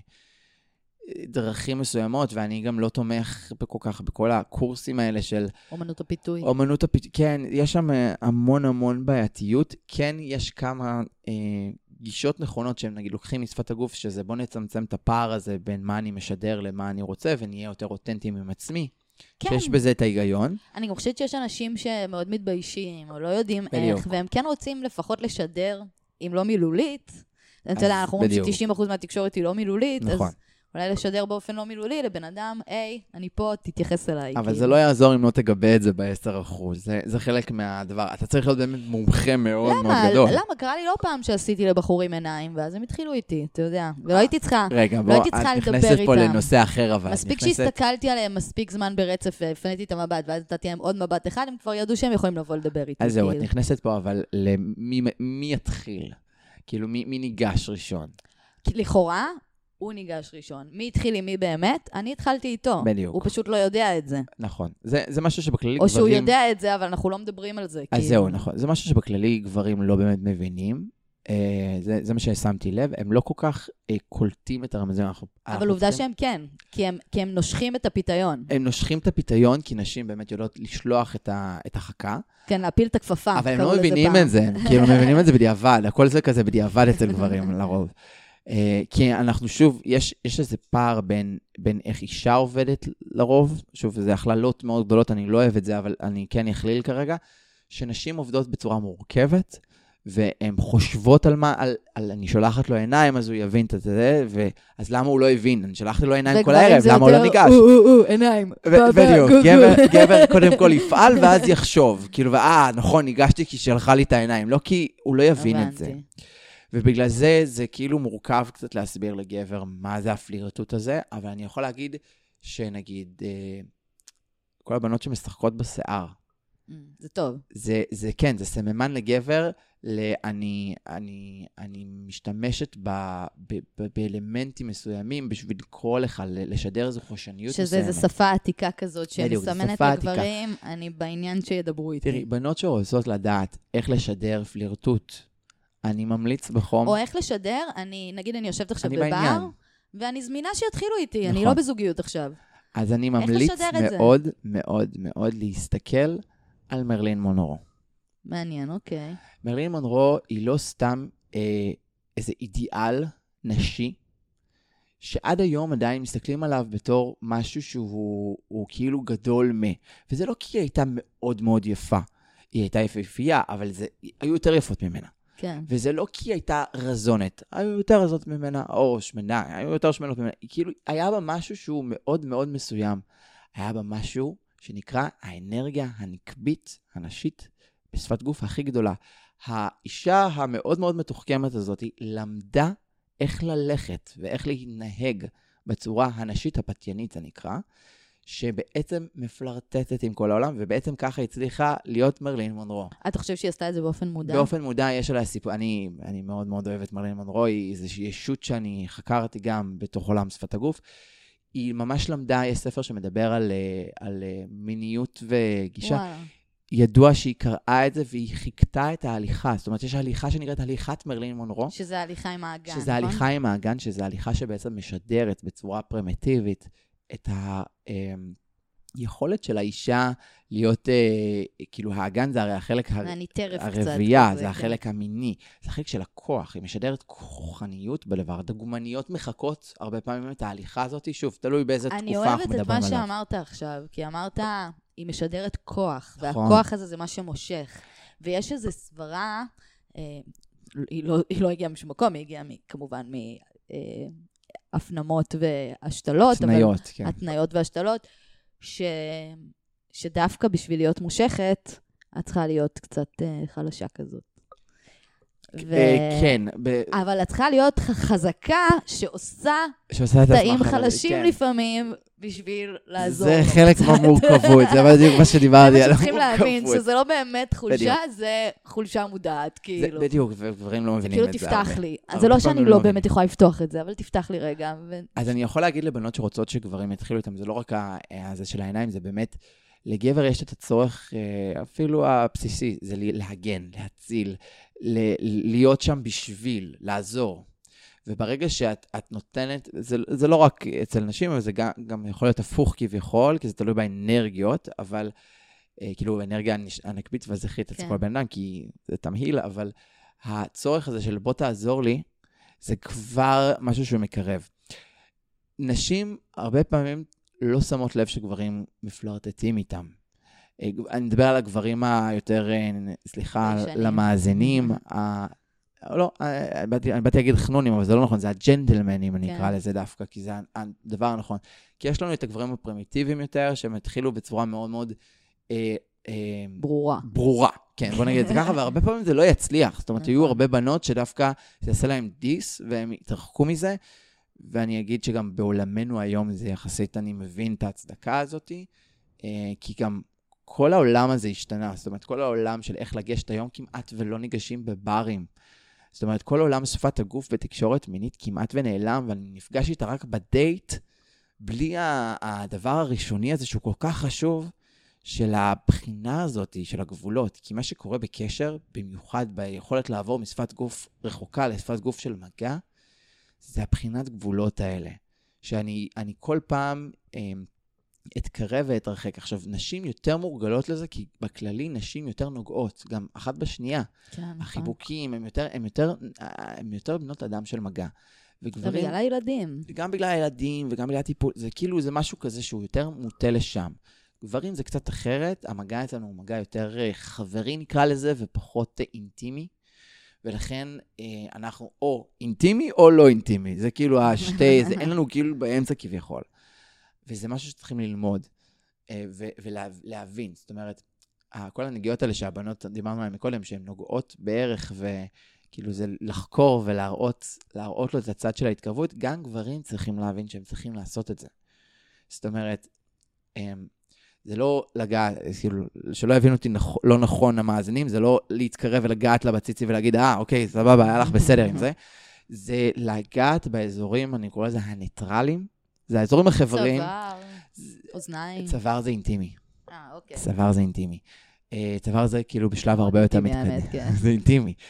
Speaker 3: דרכים מסוימות, ואני גם לא תומך כל כך בכל הקורסים האלה של...
Speaker 1: אומנות הפיתוי.
Speaker 3: כן, יש שם המון המון בעייתיות. כן, יש כמה גישות נכונות שהם נגיד לוקחים משפת הגוף, שזה בוא נצמצם את הפער הזה בין מה אני משדר למה אני רוצה, ונהיה יותר אותנטיים עם עצמי. כן. שיש בזה את ההיגיון.
Speaker 1: אני חושבת שיש אנשים שמאוד מתביישים, או לא יודעים איך, והם כן רוצים לפחות לשדר, אם לא מילולית. אתה יודע, אנחנו אומרים ש90% מהתקשורת היא לא מילולית,
Speaker 3: נכון.
Speaker 1: אז אולי לשדר באופן לא מילולי לבן אדם, אני פה, תתייחס אליי.
Speaker 3: אבל זה לא יעזור אם לא תגבה את זה ב10%. זה חלק מהדבר. אתה צריך להיות באמת מומחה מאוד מאוד גדול.
Speaker 1: למה? קרה לי לא פעם שעשיתי לבחורים עיניים, ואז הם התחילו איתי, אתה יודע. ולא הייתי צריכה
Speaker 3: רגע, בוא, את נכנסת פה לנושא אחר, אבל...
Speaker 1: מספיק שהסתכלתי עליהם מספיק זמן ברצף, הפניתי את המבט, ואז נתתי להם עוד מבט אחד, הם כבר ידעו שהם יכולים לבוא לדבר איתי.
Speaker 3: אז זהו, את נכנסת פה, אבל מי יתחיל? כאילו, מי ניגש ראשון?
Speaker 1: לכאורה, הוא ניגש ראשון. מי התחיל עם מי באמת? אני התחלתי איתו.
Speaker 3: בדיוק.
Speaker 1: הוא פשוט לא יודע את זה.
Speaker 3: נכון. זה משהו שבכללי
Speaker 1: או שהוא יודע את זה, אבל אנחנו לא מדברים על זה.
Speaker 3: אז זהו, נכון. זה משהו שבכללי גברים לא באמת מבינים. זה מה ששמתי לב. הם לא כל כך קולטים את הרמזים.
Speaker 1: אבל עובדה שהם כן. כי הם נושכים את הפיתיון.
Speaker 3: הם נושכים את הפיתיון, כי נשים באמת יודעות לשלוח את החכה.
Speaker 1: כן, להפיל את הכפפה.
Speaker 3: אבל הם לא מבינים את זה. כי הם מבינים את זה בדיעבד. הכל זה כזה בדיעבד אצל גברים, לרוב. כי אנחנו שוב, יש איזה פער בין איך אישה עובדת לרוב, שוב, זה הכללות מאוד גדולות, אני לא אוהב את זה, אבל אני כן אכליל כרגע, שנשים עובדות בצורה מורכבת, והן חושבות על מה, אני שולחת לו עיניים, אז הוא יבין את זה, אז למה הוא לא הבין? אני שלחתי לו עיניים כל הערב, למה הוא לא ניגש?
Speaker 1: עיניים.
Speaker 3: בדיוק, גבר קודם כל יפעל, ואז יחשוב, כאילו, נכון, ניגשתי כי שלחה לי את העיניים, לא כי הוא לא יבין את זה. ובגלל זה כאילו מורכב קצת להסביר לגבר מה זה הפלירטוט הזה, אבל אני יכול להגיד שנגיד, כל הבנות שמשחקות בשיער.
Speaker 1: זה טוב.
Speaker 3: זה כן, זה סממן לגבר, אני משתמשת באלמנטים מסוימים בשביל לקרוא לך, לשדר איזו חושניות מסוימת.
Speaker 1: שזה איזו שפה עתיקה כזאת שמסמנת לגברים, אני בעניין שידברו איתי.
Speaker 3: תראי, בנות שרוצות לדעת איך לשדר פלירטוט, אני ממליץ בחום.
Speaker 1: או איך לשדר, נגיד אני יושבת עכשיו בבר, ואני זמינה שיתחילו איתי, אני
Speaker 3: נכון.
Speaker 1: לא בזוגיות עכשיו.
Speaker 3: אז אני ממליץ
Speaker 1: לשדר את זה?
Speaker 3: מאוד מאוד מאוד להסתכל על מרלין מונרו.
Speaker 1: מעניין, אוקיי.
Speaker 3: מרלין מונרו היא לא סתם איזה אידיאל נשי, שעד היום עדיין מסתכלים עליו בתור משהו שהוא כאילו גדול וזה לא כי היא הייתה מאוד מאוד יפה. היא הייתה יפהפייה, אבל היו יותר יפות ממנה.
Speaker 1: כן.
Speaker 3: וזה לא כי היא הייתה רזונת. היו יותר רזות ממנה, או שמנה, היו יותר שמנות ממנה. כאילו, היה בה משהו שהוא מאוד מאוד מסוים. היה בה משהו שנקרא האנרגיה הנקבית, הנשית, בשפת גוף הכי גדולה. האישה המאוד מאוד מתוחכמת הזאת למדה איך ללכת ואיך להתנהג בצורה הנשית הפתיינית, זה נקרא, שבעצם מפלרטטת עם כל העולם, ובעצם ככה הצליחה להיות מרלין מונרו.
Speaker 1: אתה חושב שהיא עשתה את זה באופן מודע?
Speaker 3: באופן מודע יש עליה סיפור. אני מאוד מאוד אוהב את מרלין מונרו, היא איזושהי ישות שאני חקרתי גם בתוך עולם שפת הגוף. היא ממש למדה, יש ספר שמדבר על מיניות וגישה.
Speaker 1: וואלה.
Speaker 3: ידוע שהיא קראה את זה והיא חיכתה את ההליכה. זאת אומרת, יש הליכה שנקראת הליכת מרלין מונרו.
Speaker 1: שזה הליכה עם האגן,
Speaker 3: שזה הליכה עם האגן, שזה הליכה שבעצם משדרת בצורה פרימיטיבית את היכולת של האישה להיות, כאילו האגן זה הרי החלק הרבייה, זה החלק המיני, זה החלק של הכוח, היא משדרת כוחניות בדבר, דגומניות מחכות הרבה פעמים את ההליכה הזאת, שוב, תלוי באיזה תקופה אנחנו מדברים עליו.
Speaker 1: אני אוהבת את מה שאמרת עכשיו, כי אמרת, היא משדרת כוח, והכוח הזה זה מה שמושך, ויש איזו סברה, היא לא הגיעה משום מקום, היא הגיעה כמובן הפנמות והשתלות,
Speaker 3: התניות, כן.
Speaker 1: התניות והשתלות, שדווקא בשביל להיות מושכת, את צריכה להיות קצת חלשה כזאת.
Speaker 3: כן.
Speaker 1: אבל את צריכה להיות חזקה שעושה תאים חלשים לפעמים בשביל לעזור.
Speaker 3: זה חלק מהמורכבות, זה בדיוק מה שדיברתי על המורכבות.
Speaker 1: צריכים להבין שזה לא באמת חולשה, זה חולשה מודעת, כאילו.
Speaker 3: בדיוק, ודברים לא מבינים את זה.
Speaker 1: כאילו תפתח לי. זה לא שאני לא באמת יכולה לפתוח את זה, אבל תפתח לי רגע.
Speaker 3: אז אני יכול להגיד לבנות שרוצות שגברים יתחילו איתם, זה לא רק הזה של העיניים, זה באמת, לגבר יש את הצורך, אפילו הבסיסי, זה להגן, להציל, להיות שם בשביל, לעזור. וברגע שאת נותנת, זה לא רק אצל נשים, אבל זה גם יכול להיות הפוך כביכול, כי זה תלוי באנרגיות, אבל כאילו האנרגיה הנקבית והזכרית אצל כל בן אדם, כי זה תמהיל, אבל הצורך הזה של בוא תעזור לי, זה כבר משהו שהוא מקרב. נשים הרבה פעמים לא שמות לב שגברים מפלרטטים איתם. אני מדבר על הגברים היותר, סליחה, למאזינים, לא, אני באתי להגיד חנונים, אבל זה לא נכון, זה הג'נטלמנים, אני אקרא לזה דווקא, כי זה הדבר הנכון. כי יש לנו את הגברים הפרימיטיביים יותר, שהם התחילו בצורה מאוד מאוד ברורה. כן, בוא נגיד את זה ככה, והרבה פעמים זה לא יצליח. זאת אומרת, יהיו הרבה בנות שדווקא זה יעשה להם דיס, והם יתרחקו מזה, ואני אגיד שגם בעולמנו היום זה יחסית, אני מבין את ההצדקה הזאת, כי גם כל העולם הזה השתנה. זאת אומרת, כל העולם של איך לגשת היום כמעט ולא ניגשים בברים. זאת אומרת, כל עולם שפת הגוף בתקשורת מינית כמעט ונעלם, ואני נפגש איתה רק בדייט, בלי הדבר הראשוני הזה שהוא כל כך חשוב, של הבחינה הזאת, של הגבולות. כי מה שקורה בקשר, במיוחד ביכולת לעבור משפת גוף רחוקה לשפת גוף של מגע, זה הבחינת גבולות האלה. שאני כל פעם אתקרב ואתרחק. עכשיו, נשים יותר מורגלות לזה, כי בכללי נשים יותר נוגעות, גם אחת בשנייה.
Speaker 1: כן,
Speaker 3: החיבוקים הם יותר בנות אדם של מגע.
Speaker 1: גם בגלל הילדים.
Speaker 3: גם בגלל הילדים וגם בגלל הטיפול. זה כאילו, זה משהו כזה שהוא יותר מוטה לשם. גברים זה קצת אחרת, המגע אצלנו הוא מגע יותר חברי נקרא לזה, ופחות אינטימי. ולכן אנחנו או אינטימי או לא אינטימי. זה כאילו השתי, אין לנו כאילו באמצע כביכול. וזה משהו שצריכים ללמוד ולהבין. זאת אומרת, כל הנגיעות האלה שהבנות, דיברנו עליהן מקודם, שהן נוגעות בערך, וכאילו זה לחקור ולהראות לו את הצד של ההתקרבות, גם גברים צריכים להבין שהם צריכים לעשות את זה. זאת אומרת, זה לא לגעת, כאילו, שלא יבינו אותי לא נכון המאזינים, זה לא להתקרב ולגעת לה בציצי ולהגיד, אוקיי, סבבה, היה לך בסדר עם זה. זה לגעת באזורים, אני קורא לזה הניטרלים, זה האזורים החבריים.
Speaker 1: צוואר, אוזניים.
Speaker 3: צוואר זה אינטימי.
Speaker 1: אוקיי.
Speaker 3: צוואר זה אינטימי. צוואר זה כאילו בשלב הרבה יותר מתקדם.
Speaker 1: כן.
Speaker 3: זה אינטימי.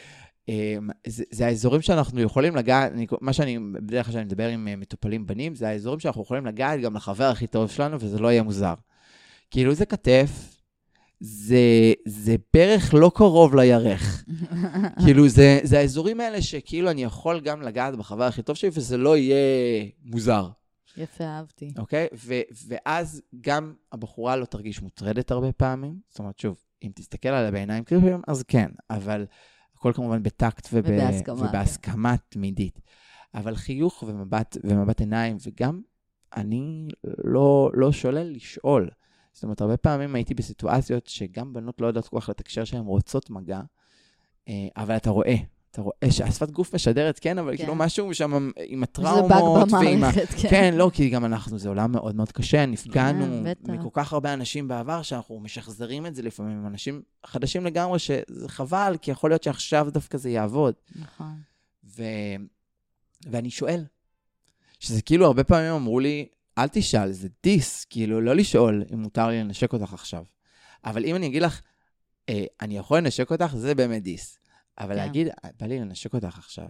Speaker 3: זה האזורים שאנחנו יכולים לגעת, מה שאני, בדרך כלל שאני מדבר עם מטופלים בנים, זה האזורים שאנחנו יכולים לגעת גם לחבר הכי טוב שלנו, וזה לא יהיה מוזר. כאילו זה כתף, זה פרח לא קרוב לירך. כאילו זה האזורים האלה שכאילו אני יכול גם לגעת בחבר הכי טוב שלי, וזה לא יהיה מוזר.
Speaker 1: יפה, אהבתי.
Speaker 3: אוקיי? ואז גם הבחורה לא תרגיש מוטרדת הרבה פעמים. זאת אומרת, שוב, אם תסתכל עליה בעיניים קריפים, אז כן, אבל הכל כמובן בטקט ובהסכמה תמידית. אבל חיוך ומבט עיניים, וגם אני לא שולל לשאול. זאת אומרת, הרבה פעמים הייתי בסיטואציות שגם בנות לא יודעות כל כך לתקשר שהן רוצות מגע, אבל אתה רואה שהשפת גוף משדרת, כן, אבל כאילו משהו שם עם הטראומות.
Speaker 1: זה באג במערכת, כן.
Speaker 3: כן, לא, כי גם אנחנו, זה עולם מאוד מאוד קשה, נפגענו מכל כך הרבה אנשים בעבר, שאנחנו משחזרים את זה לפעמים, אנשים חדשים לגמרי, שזה חבל, כי יכול להיות שעכשיו דווקא זה יעבוד.
Speaker 1: נכון.
Speaker 3: ואני שואל, שזה כאילו הרבה פעמים אמרו לי, אל תשאל, זה דיס, כאילו לא לשאול אם מותר לי לנשק אותך עכשיו. אבל אם אני אגיד לך, אני יכול לנשק אותך, זה באמת דיס. אבל להגיד, בא לי לנשק אותך עכשיו,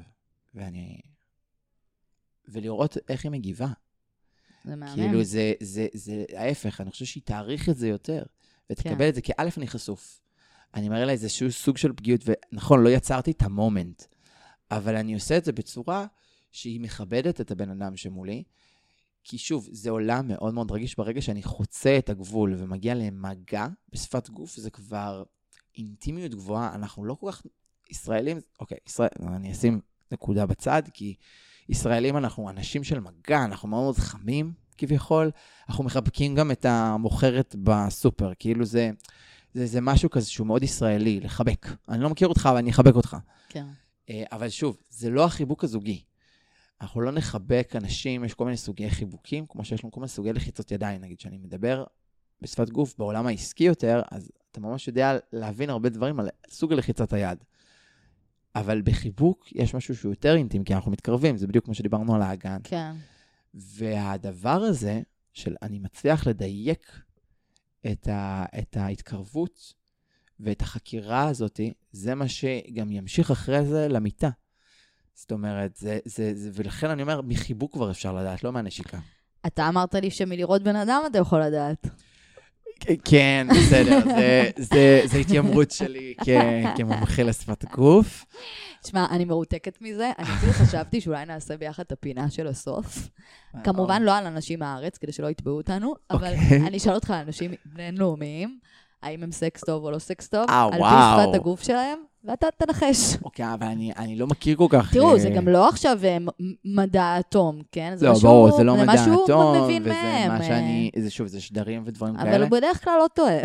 Speaker 3: ולראות איך היא מגיבה.
Speaker 1: זה מאמן.
Speaker 3: כאילו זה ההפך, אני חושב שהיא תאריך את זה יותר, ותקבל את זה, כי א' אני חשוף. אני מראה לה איזשהו סוג של פגיעות, ונכון, לא יצרתי את המומנט, אבל אני עושה את זה בצורה שהיא מכבדת את הבן אדם שמולי, כי שוב, זה עולם מאוד מאוד רגיש ברגע שאני חוצה את הגבול ומגיע למגע בשפת גוף, זה כבר אינטימיות גבוהה, אנחנו לא כל כך ישראלים, אוקיי, אני אשים נקודה בצד, כי ישראלים אנחנו אנשים של מגע, אנחנו מאוד מאוד חמים כביכול, אנחנו מחבקים גם את המוכרת בסופר, כאילו זה משהו כזה שהוא מאוד ישראלי, לחבק. אני לא מכיר אותך, אבל אני אחבק אותך.
Speaker 1: כן.
Speaker 3: אבל שוב, זה לא החיבוק הזוגי. אנחנו לא נחבק אנשים, יש כל מיני סוגי חיבוקים, כמו שיש לנו כל מיני סוגי לחיצות ידיים, נגיד שאני מדבר בשפת גוף בעולם העסקי יותר, אז אתה ממש יודע להבין הרבה דברים על סוג לחיצת היד. אבל בחיבוק יש משהו שהוא יותר אינטים, כי אנחנו מתקרבים, זה בדיוק כמו שדיברנו על האגן.
Speaker 1: כן.
Speaker 3: והדבר הזה, של אני מצליח לדייק את ההתקרבות ואת החקירה הזאת, זה מה שגם ימשיך אחרי זה למיטה. זאת אומרת, ולכן אני אומר, מחיבוק כבר אפשר לדעת, לא מהנשיקה.
Speaker 1: אתה אמרת לי שמלראות בן אדם אתה יכול לדעת.
Speaker 3: כן, בסדר, זה התיימרות שלי כמומחה לשפת גוף.
Speaker 1: תשמע, אני מרותקת מזה, אני אפילו חשבתי שאולי נעשה ביחד את הפינה של הסוף. כמובן לא על אנשים מהארץ, כדי שלא יתבעו אותנו, אבל אני אשאל אותך על אנשים בינלאומיים, האם הם סקס טוב או לא סקס טוב, על פי שפת הגוף שלהם, ואתה תנחש.
Speaker 3: אוקיי, אבל אני לא מכיר כל כך...
Speaker 1: תראו, זה גם לא עכשיו מדע אטום, כן?
Speaker 3: לא, ברור, זה לא מדע אטום,
Speaker 1: זה משהו מבין מהם.
Speaker 3: וזה מה שאני... שוב, זה שדרים ודברים כאלה.
Speaker 1: אבל הוא בדרך כלל לא טועה.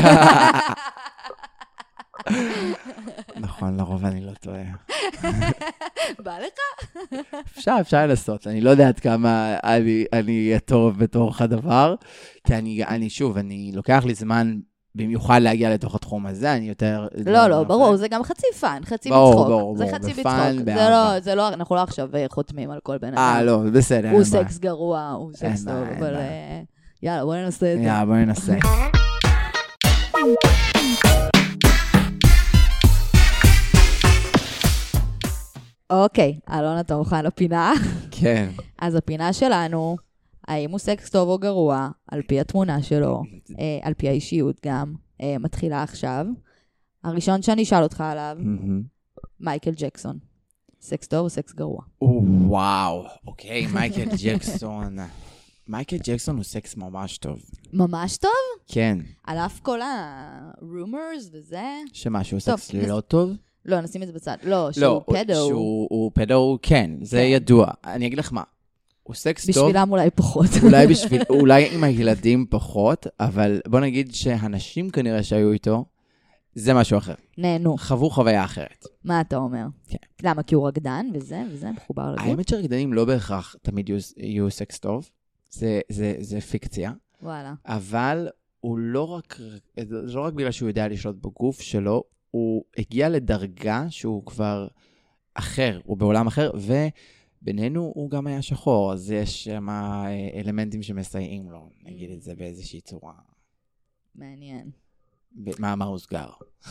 Speaker 3: נכון, לרוב אני לא טועה.
Speaker 1: בא לך?
Speaker 3: אפשר לנסות. אני לא יודע עד כמה אני אהיה טוב בתוך הדבר, כי אני שוב, אני לוקח לי זמן במיוחד להגיע לתוך התחום הזה, אני יותר...
Speaker 1: לא, ברור, זה גם חצי פאן, חצי בצחוק. זה חצי בצחוק. זה לא, אנחנו לא עכשיו חותמים על כל בן אדם.
Speaker 3: לא, בסדר.
Speaker 1: הוא סקס גרוע, הוא סקס טוב, אבל יאללה, בואי ננסה את זה.
Speaker 3: יאללה, בואי ננסה.
Speaker 1: אוקיי, אלון, אתה מוכן לפינה?
Speaker 3: כן.
Speaker 1: אז הפינה שלנו, האם הוא סקס טוב או גרוע, על פי התמונה שלו, על פי האישיות גם, מתחילה עכשיו. הראשון שאני אשאל אותך עליו, מייקל ג'קסון. סקס טוב או סקס גרוע?
Speaker 3: וואו, אוקיי, מייקל ג'קסון. מייקל ג'קסון הוא סקס ממש טוב.
Speaker 1: ממש טוב?
Speaker 3: כן.
Speaker 1: על אף כל הרומרס וזה?
Speaker 3: שמשהו סקס לא טוב?
Speaker 1: לא, נשים את זה בצד. לא, שהוא פדו.
Speaker 3: שהוא פדו, כן, זה ידוע. אני אגיד לך מה, הוא סקס טוב.
Speaker 1: בשבילם אולי פחות.
Speaker 3: אולי עם הילדים פחות, אבל בוא נגיד שהנשים כנראה שהיו איתו, זה משהו אחר.
Speaker 1: נהנו.
Speaker 3: חוו חוויה אחרת.
Speaker 1: מה אתה אומר?
Speaker 3: כן.
Speaker 1: למה? כי הוא רקדן וזה מחובר לגוף?
Speaker 3: האמת שרקדנים לא בהכרח תמיד יהיו סקס טוב. זה פיקציה.
Speaker 1: וואלה.
Speaker 3: אבל הוא לא רק בגלל שהוא יודע לשלוט בגוף שלו, הוא הגיע לדרגה שהוא כבר אחר, הוא בעולם אחר, ובינינו הוא גם היה שחור, אז יש שם אלמנטים שמסייעים לו, נגיד את זה באיזושהי צורה.
Speaker 1: מעניין.
Speaker 3: במאמר הוסגר.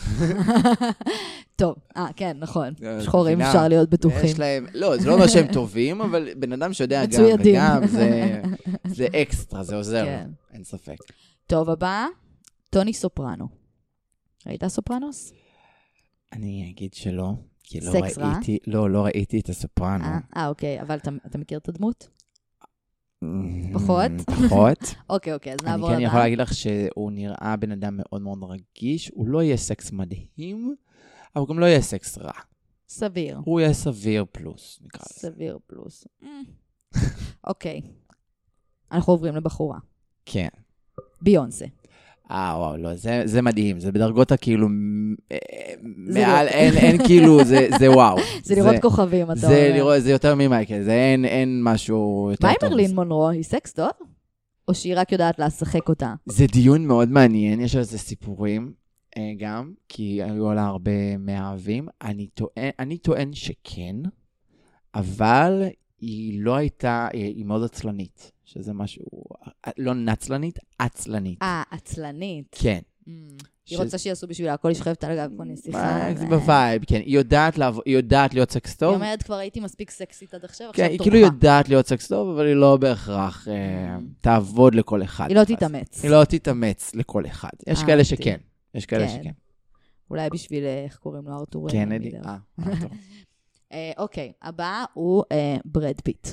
Speaker 1: טוב, כן, נכון. שחורים אפשר להיות בטוחים.
Speaker 3: יש להם, לא, זה לא אומר שהם טובים, אבל בן אדם שיודע גם וגם, זה אקסטרה, זה עוזר. אין ספק.
Speaker 1: טוב, הבא, טוני סופרנו. ראית סופרנוס?
Speaker 3: אני אגיד שלא, כי
Speaker 1: סקס רע?
Speaker 3: לא ראיתי את הסופרנו.
Speaker 1: אוקיי, אבל אתה מכיר את הדמות? פחות?
Speaker 3: פחות.
Speaker 1: אוקיי, אז נעבור
Speaker 3: אני
Speaker 1: לבא.
Speaker 3: כן יכול להגיד לך שהוא נראה בן אדם מאוד מאוד רגיש, הוא לא יהיה סקס מדהים, אבל הוא גם לא יהיה סקס רע.
Speaker 1: סביר.
Speaker 3: הוא יהיה סביר פלוס, נקרא לזה.
Speaker 1: סביר פלוס. אוקיי. אנחנו עוברים לבחורה.
Speaker 3: כן.
Speaker 1: ביונסה.
Speaker 3: וואו, לא, זה מדהים, זה בדרגות הכאילו, מעל, אין כאילו, זה וואו.
Speaker 1: זה לראות כוכבים, אתה
Speaker 3: זה
Speaker 1: אומר.
Speaker 3: לראות, זה יותר ממייקל, זה אין משהו יותר טוב.
Speaker 1: מה עם מרלין מונרו? היא סקס טוב? או שהיא רק יודעת לשחק אותה?
Speaker 3: זה דיון מאוד מעניין, יש על זה סיפורים גם, כי היו לה הרבה מאהבים. אני טוען שכן, אבל היא לא הייתה, היא מאוד עצלנית, שזה משהו, לא נצלנית, עצלנית.
Speaker 1: עצלנית.
Speaker 3: כן.
Speaker 1: היא רוצה שיעשו בשבילה, הכל ישכבת על הגב, כל נסיכה.
Speaker 3: זה בווייב, כן. היא יודעת להיות סקס טוב.
Speaker 1: היא אומרת, כבר הייתי מספיק סקסית עד עכשיו,
Speaker 3: כן,
Speaker 1: עכשיו
Speaker 3: היא
Speaker 1: תורך.
Speaker 3: כאילו יודעת להיות סקס טוב, אבל היא לא בהכרח תעבוד לכל אחד.
Speaker 1: היא לא תתאמץ.
Speaker 3: היא לא תתאמץ לכל אחד. יש כאלה שכן. יש כאלה שכן.
Speaker 1: אולי בשביל, איך קוראים לו, ארתור?
Speaker 3: כן, ארתור.
Speaker 1: אוקיי, הבא הוא ברד פיט.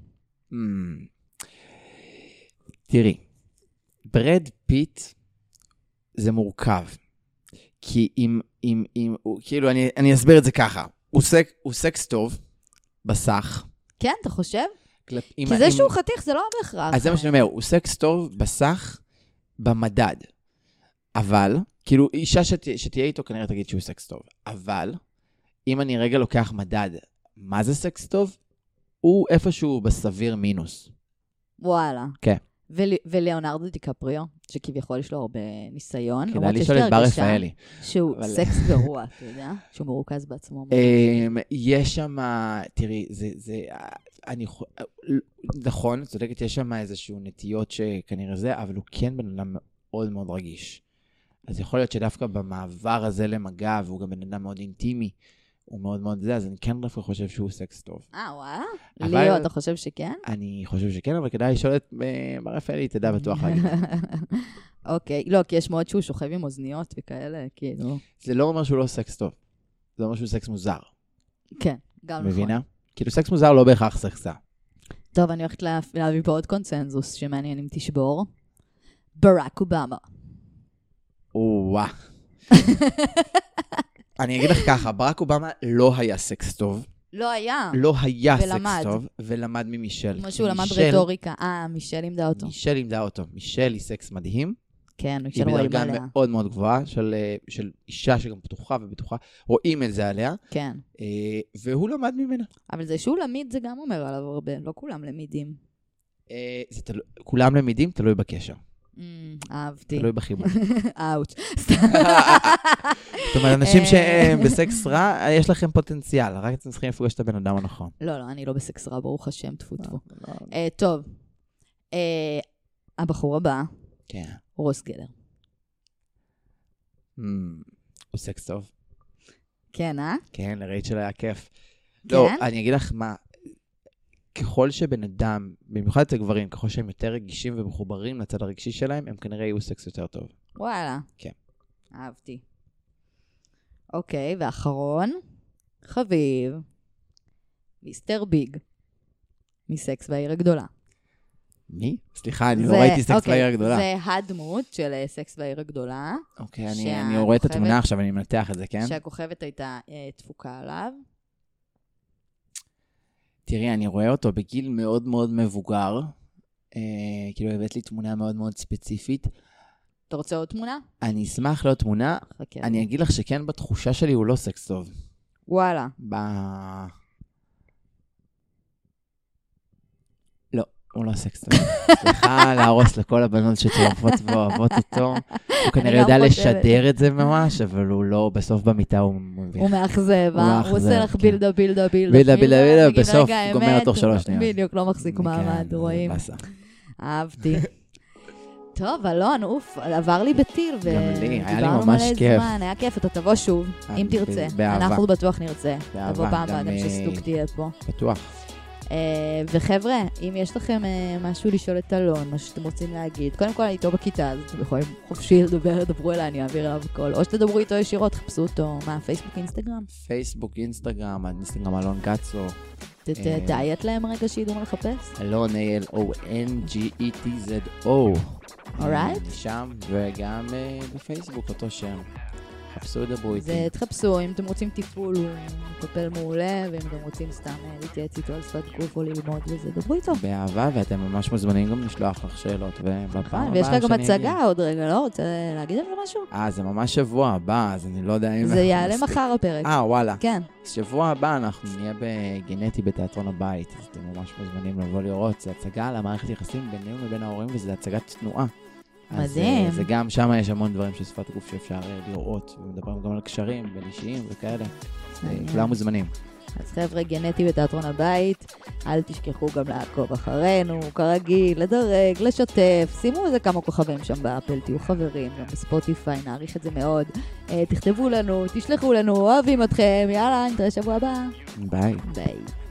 Speaker 3: תראי, ברד פיט זה מורכב. כי כאילו, אני אסביר את זה ככה. הוא סקס טוב, בסך.
Speaker 1: כן, אתה חושב? כי זה שהוא חתיך, זה לא בהכרח.
Speaker 3: אז זה מה שאני אומר, הוא סקס טוב, בסך, במדד. אבל, כאילו, אישה שתהיה איתו כנראה תגיד שהוא סקס טוב. אבל, אם אני רגע לוקח מדד, מה זה סקס טוב? הוא איפשהו בסביר מינוס.
Speaker 1: וואלה.
Speaker 3: כן.
Speaker 1: וליאונרדו דיקפריו, שכביכול יש לו הרבה ניסיון.
Speaker 3: כדאי לשאול את בר רפאלי.
Speaker 1: שהוא סקס גרוע, אתה יודע? שהוא מרוכז בעצמו.
Speaker 3: יש שם, תראי, נכון, צודקת, יש שם איזשהו נטיות שכנראה זה, אבל הוא כן בן אדם מאוד מאוד רגיש. אז יכול להיות שדווקא במעבר הזה למגע, והוא גם בן אדם מאוד אינטימי, הוא מאוד מאוד זה, אז אני כן דווקא חושב שהוא סקס טוב.
Speaker 1: וואלה? ליאו, אתה חושב שכן?
Speaker 3: אני חושב שכן, אבל כדאי לשאול את בר רפאלי, תדע בטוח להגיד.
Speaker 1: אוקיי, לא, כי יש מאוד שהוא שוכב עם אוזניות וכאלה, כאילו.
Speaker 3: זה לא אומר שהוא לא סקס טוב, זה אומר שהוא סקס מוזר.
Speaker 1: כן, גם נכון.
Speaker 3: מבינה? כאילו סקס מוזר לא בהכרח סקס רע.
Speaker 1: טוב, אני הולכת להביא פה עוד קונצנזוס שמעניין אם תשבור. ברק אובמה.
Speaker 3: וואה. אני אגיד לך ככה, ברק אובמה לא היה סקס טוב.
Speaker 1: לא היה.
Speaker 3: לא היה סקס טוב, ולמד ממישל.
Speaker 1: כמו שהוא למד רטוריקה. מישל לימדה אותו.
Speaker 3: מישל לימדה אותו. מישל היא סקס מדהים.
Speaker 1: כן, מישל רואים עליה.
Speaker 3: היא בדרגה מאוד מאוד גבוהה, של אישה שגם פתוחה ובטוחה. רואים את זה עליה.
Speaker 1: כן.
Speaker 3: והוא למד ממנה.
Speaker 1: אבל זה שהוא למיד, זה גם אומר עליו הרבה. לא כולם למידים.
Speaker 3: כולם למידים, תלוי בקשר.
Speaker 1: אהבתי.
Speaker 3: תלוי בחיבור.
Speaker 1: אאוץ'.
Speaker 3: זאת אומרת, אנשים שהם בסקס רע, יש לכם פוטנציאל, רק אתם צריכים לפגוש את הבן אדם הנכון.
Speaker 1: לא, אני לא בסקס רע, ברוך השם, טפו. טוב, הבחור הבא, רוס גלר.
Speaker 3: הוא סקס טוב.
Speaker 1: כן,
Speaker 3: כן, לראית שלו היה כיף. לא, אני אגיד לך מה, ככל שבן אדם, במיוחד אצל גברים, ככל שהם יותר רגישים ומחוברים לצד הרגשי שלהם, הם כנראה יהיו סקס יותר טוב.
Speaker 1: וואלה.
Speaker 3: כן.
Speaker 1: אהבתי. אוקיי, ואחרון, חביב, מיסטר ביג, מסקס בעיר הגדולה.
Speaker 3: מי? סליחה, אני לא ראיתי סקס בעיר הגדולה.
Speaker 1: זה הדמות של סקס בעיר הגדולה.
Speaker 3: אוקיי, אני רואה את התמונה עכשיו, אני מנתח את זה, כן?
Speaker 1: שהכוכבת הייתה תפוקה עליו.
Speaker 3: תראי, אני רואה אותו בגיל מאוד מאוד מבוגר, כאילו הבאת לי תמונה מאוד מאוד ספציפית.
Speaker 1: אתה רוצה עוד תמונה?
Speaker 3: אני אשמח לעוד תמונה. אני אגיד לך שכן, בתחושה שלי הוא לא סקס טוב.
Speaker 1: וואלה.
Speaker 3: לא, הוא לא סקס טוב. סליחה להרוס לכל הבנות שצורפות ואוהבות אותו. הוא כנראה יודע לשדר את זה ממש, אבל הוא לא, בסוף במיטה הוא מביך.
Speaker 1: הוא מאכזב, הוא עושה לך בילדה,
Speaker 3: בסוף גומר תוך 3 שניות.
Speaker 1: בדיוק, לא מחזיק מעמד, רואים. אהבתי. טוב, אלון, אוף, עבר לי בטיל.
Speaker 3: גם לי, היה לי
Speaker 1: ודיברנו
Speaker 3: ממש
Speaker 1: מלא
Speaker 3: כיף.
Speaker 1: זמן, היה כיף, אתה תבוא שוב, אם תרצה.
Speaker 3: באהבה.
Speaker 1: אנחנו בטוח נרצה.
Speaker 3: באהבה,
Speaker 1: תבוא פעם
Speaker 3: גם,
Speaker 1: בעדם שסטוק תהיה פה.
Speaker 3: בטוח.
Speaker 1: וחבר'ה, אם יש לכם משהו לשאול את אלון, משהו שאתם רוצים להגיד, קודם כל אני איתו בכיתה, אז אתם יכולים חופשי לדבר, דברו אליי, אני אעביר אליו הכל. או שתדברו איתו ישירות, חפשו אותו, מה, פייסבוק, אינסטגרם?
Speaker 3: פייסבוק, אינסטגרם, אינסטגרם אלון גצו.
Speaker 1: תעיית להם רגע שידעו מה לחפש.
Speaker 3: אלון, ALONGETZO.
Speaker 1: אורייט?
Speaker 3: שם, וגם בפייסבוק, אותו שם. חפשו, דברו איתי.
Speaker 1: ותחפשו, אם אתם רוצים טיפול, הוא מטפל מעולה, ואם אתם רוצים סתם להתייעץ איתו על שפת גוף או ללמוד וזה, דברו איתו.
Speaker 3: באהבה, ואתם ממש מוזמנים גם לשלוח לך שאלות, ובפעם הבאה
Speaker 1: ויש לה גם הצגה עוד רגע, לא? רוצה להגיד על זה משהו?
Speaker 3: זה ממש שבוע הבא, אז אני לא יודע אם...
Speaker 1: זה יעלה מחר הפרק.
Speaker 3: וואלה.
Speaker 1: כן.
Speaker 3: שבוע הבא אנחנו נהיה בגנטי בתיאטרון הבית, אז אתם ממש מוזמנים לבוא לראות. זה הצגה על המערכת יחסים בינינו לבין ההורים, וזה הצגת תנועה.
Speaker 1: מדהים.
Speaker 3: אז זה גם שם יש המון דברים של שפת גוף שאפשר לראות, ומדברים גם על קשרים בין אישיים וכאלה. כולם מוזמנים.
Speaker 1: אז חבר'ה, גנטי בתיאטרון הבית, אל תשכחו גם לעקוב אחרינו, כרגיל, לדרג, לשתף, שימו איזה כמה כוכבים שם באפל, תהיו חברים, גם בספוטיפיי, נעריך את זה מאוד. תכתבו לנו, תשלחו לנו, אוהבים אתכם, יאללה, נתראה שבוע הבא.
Speaker 3: ביי.
Speaker 1: ביי.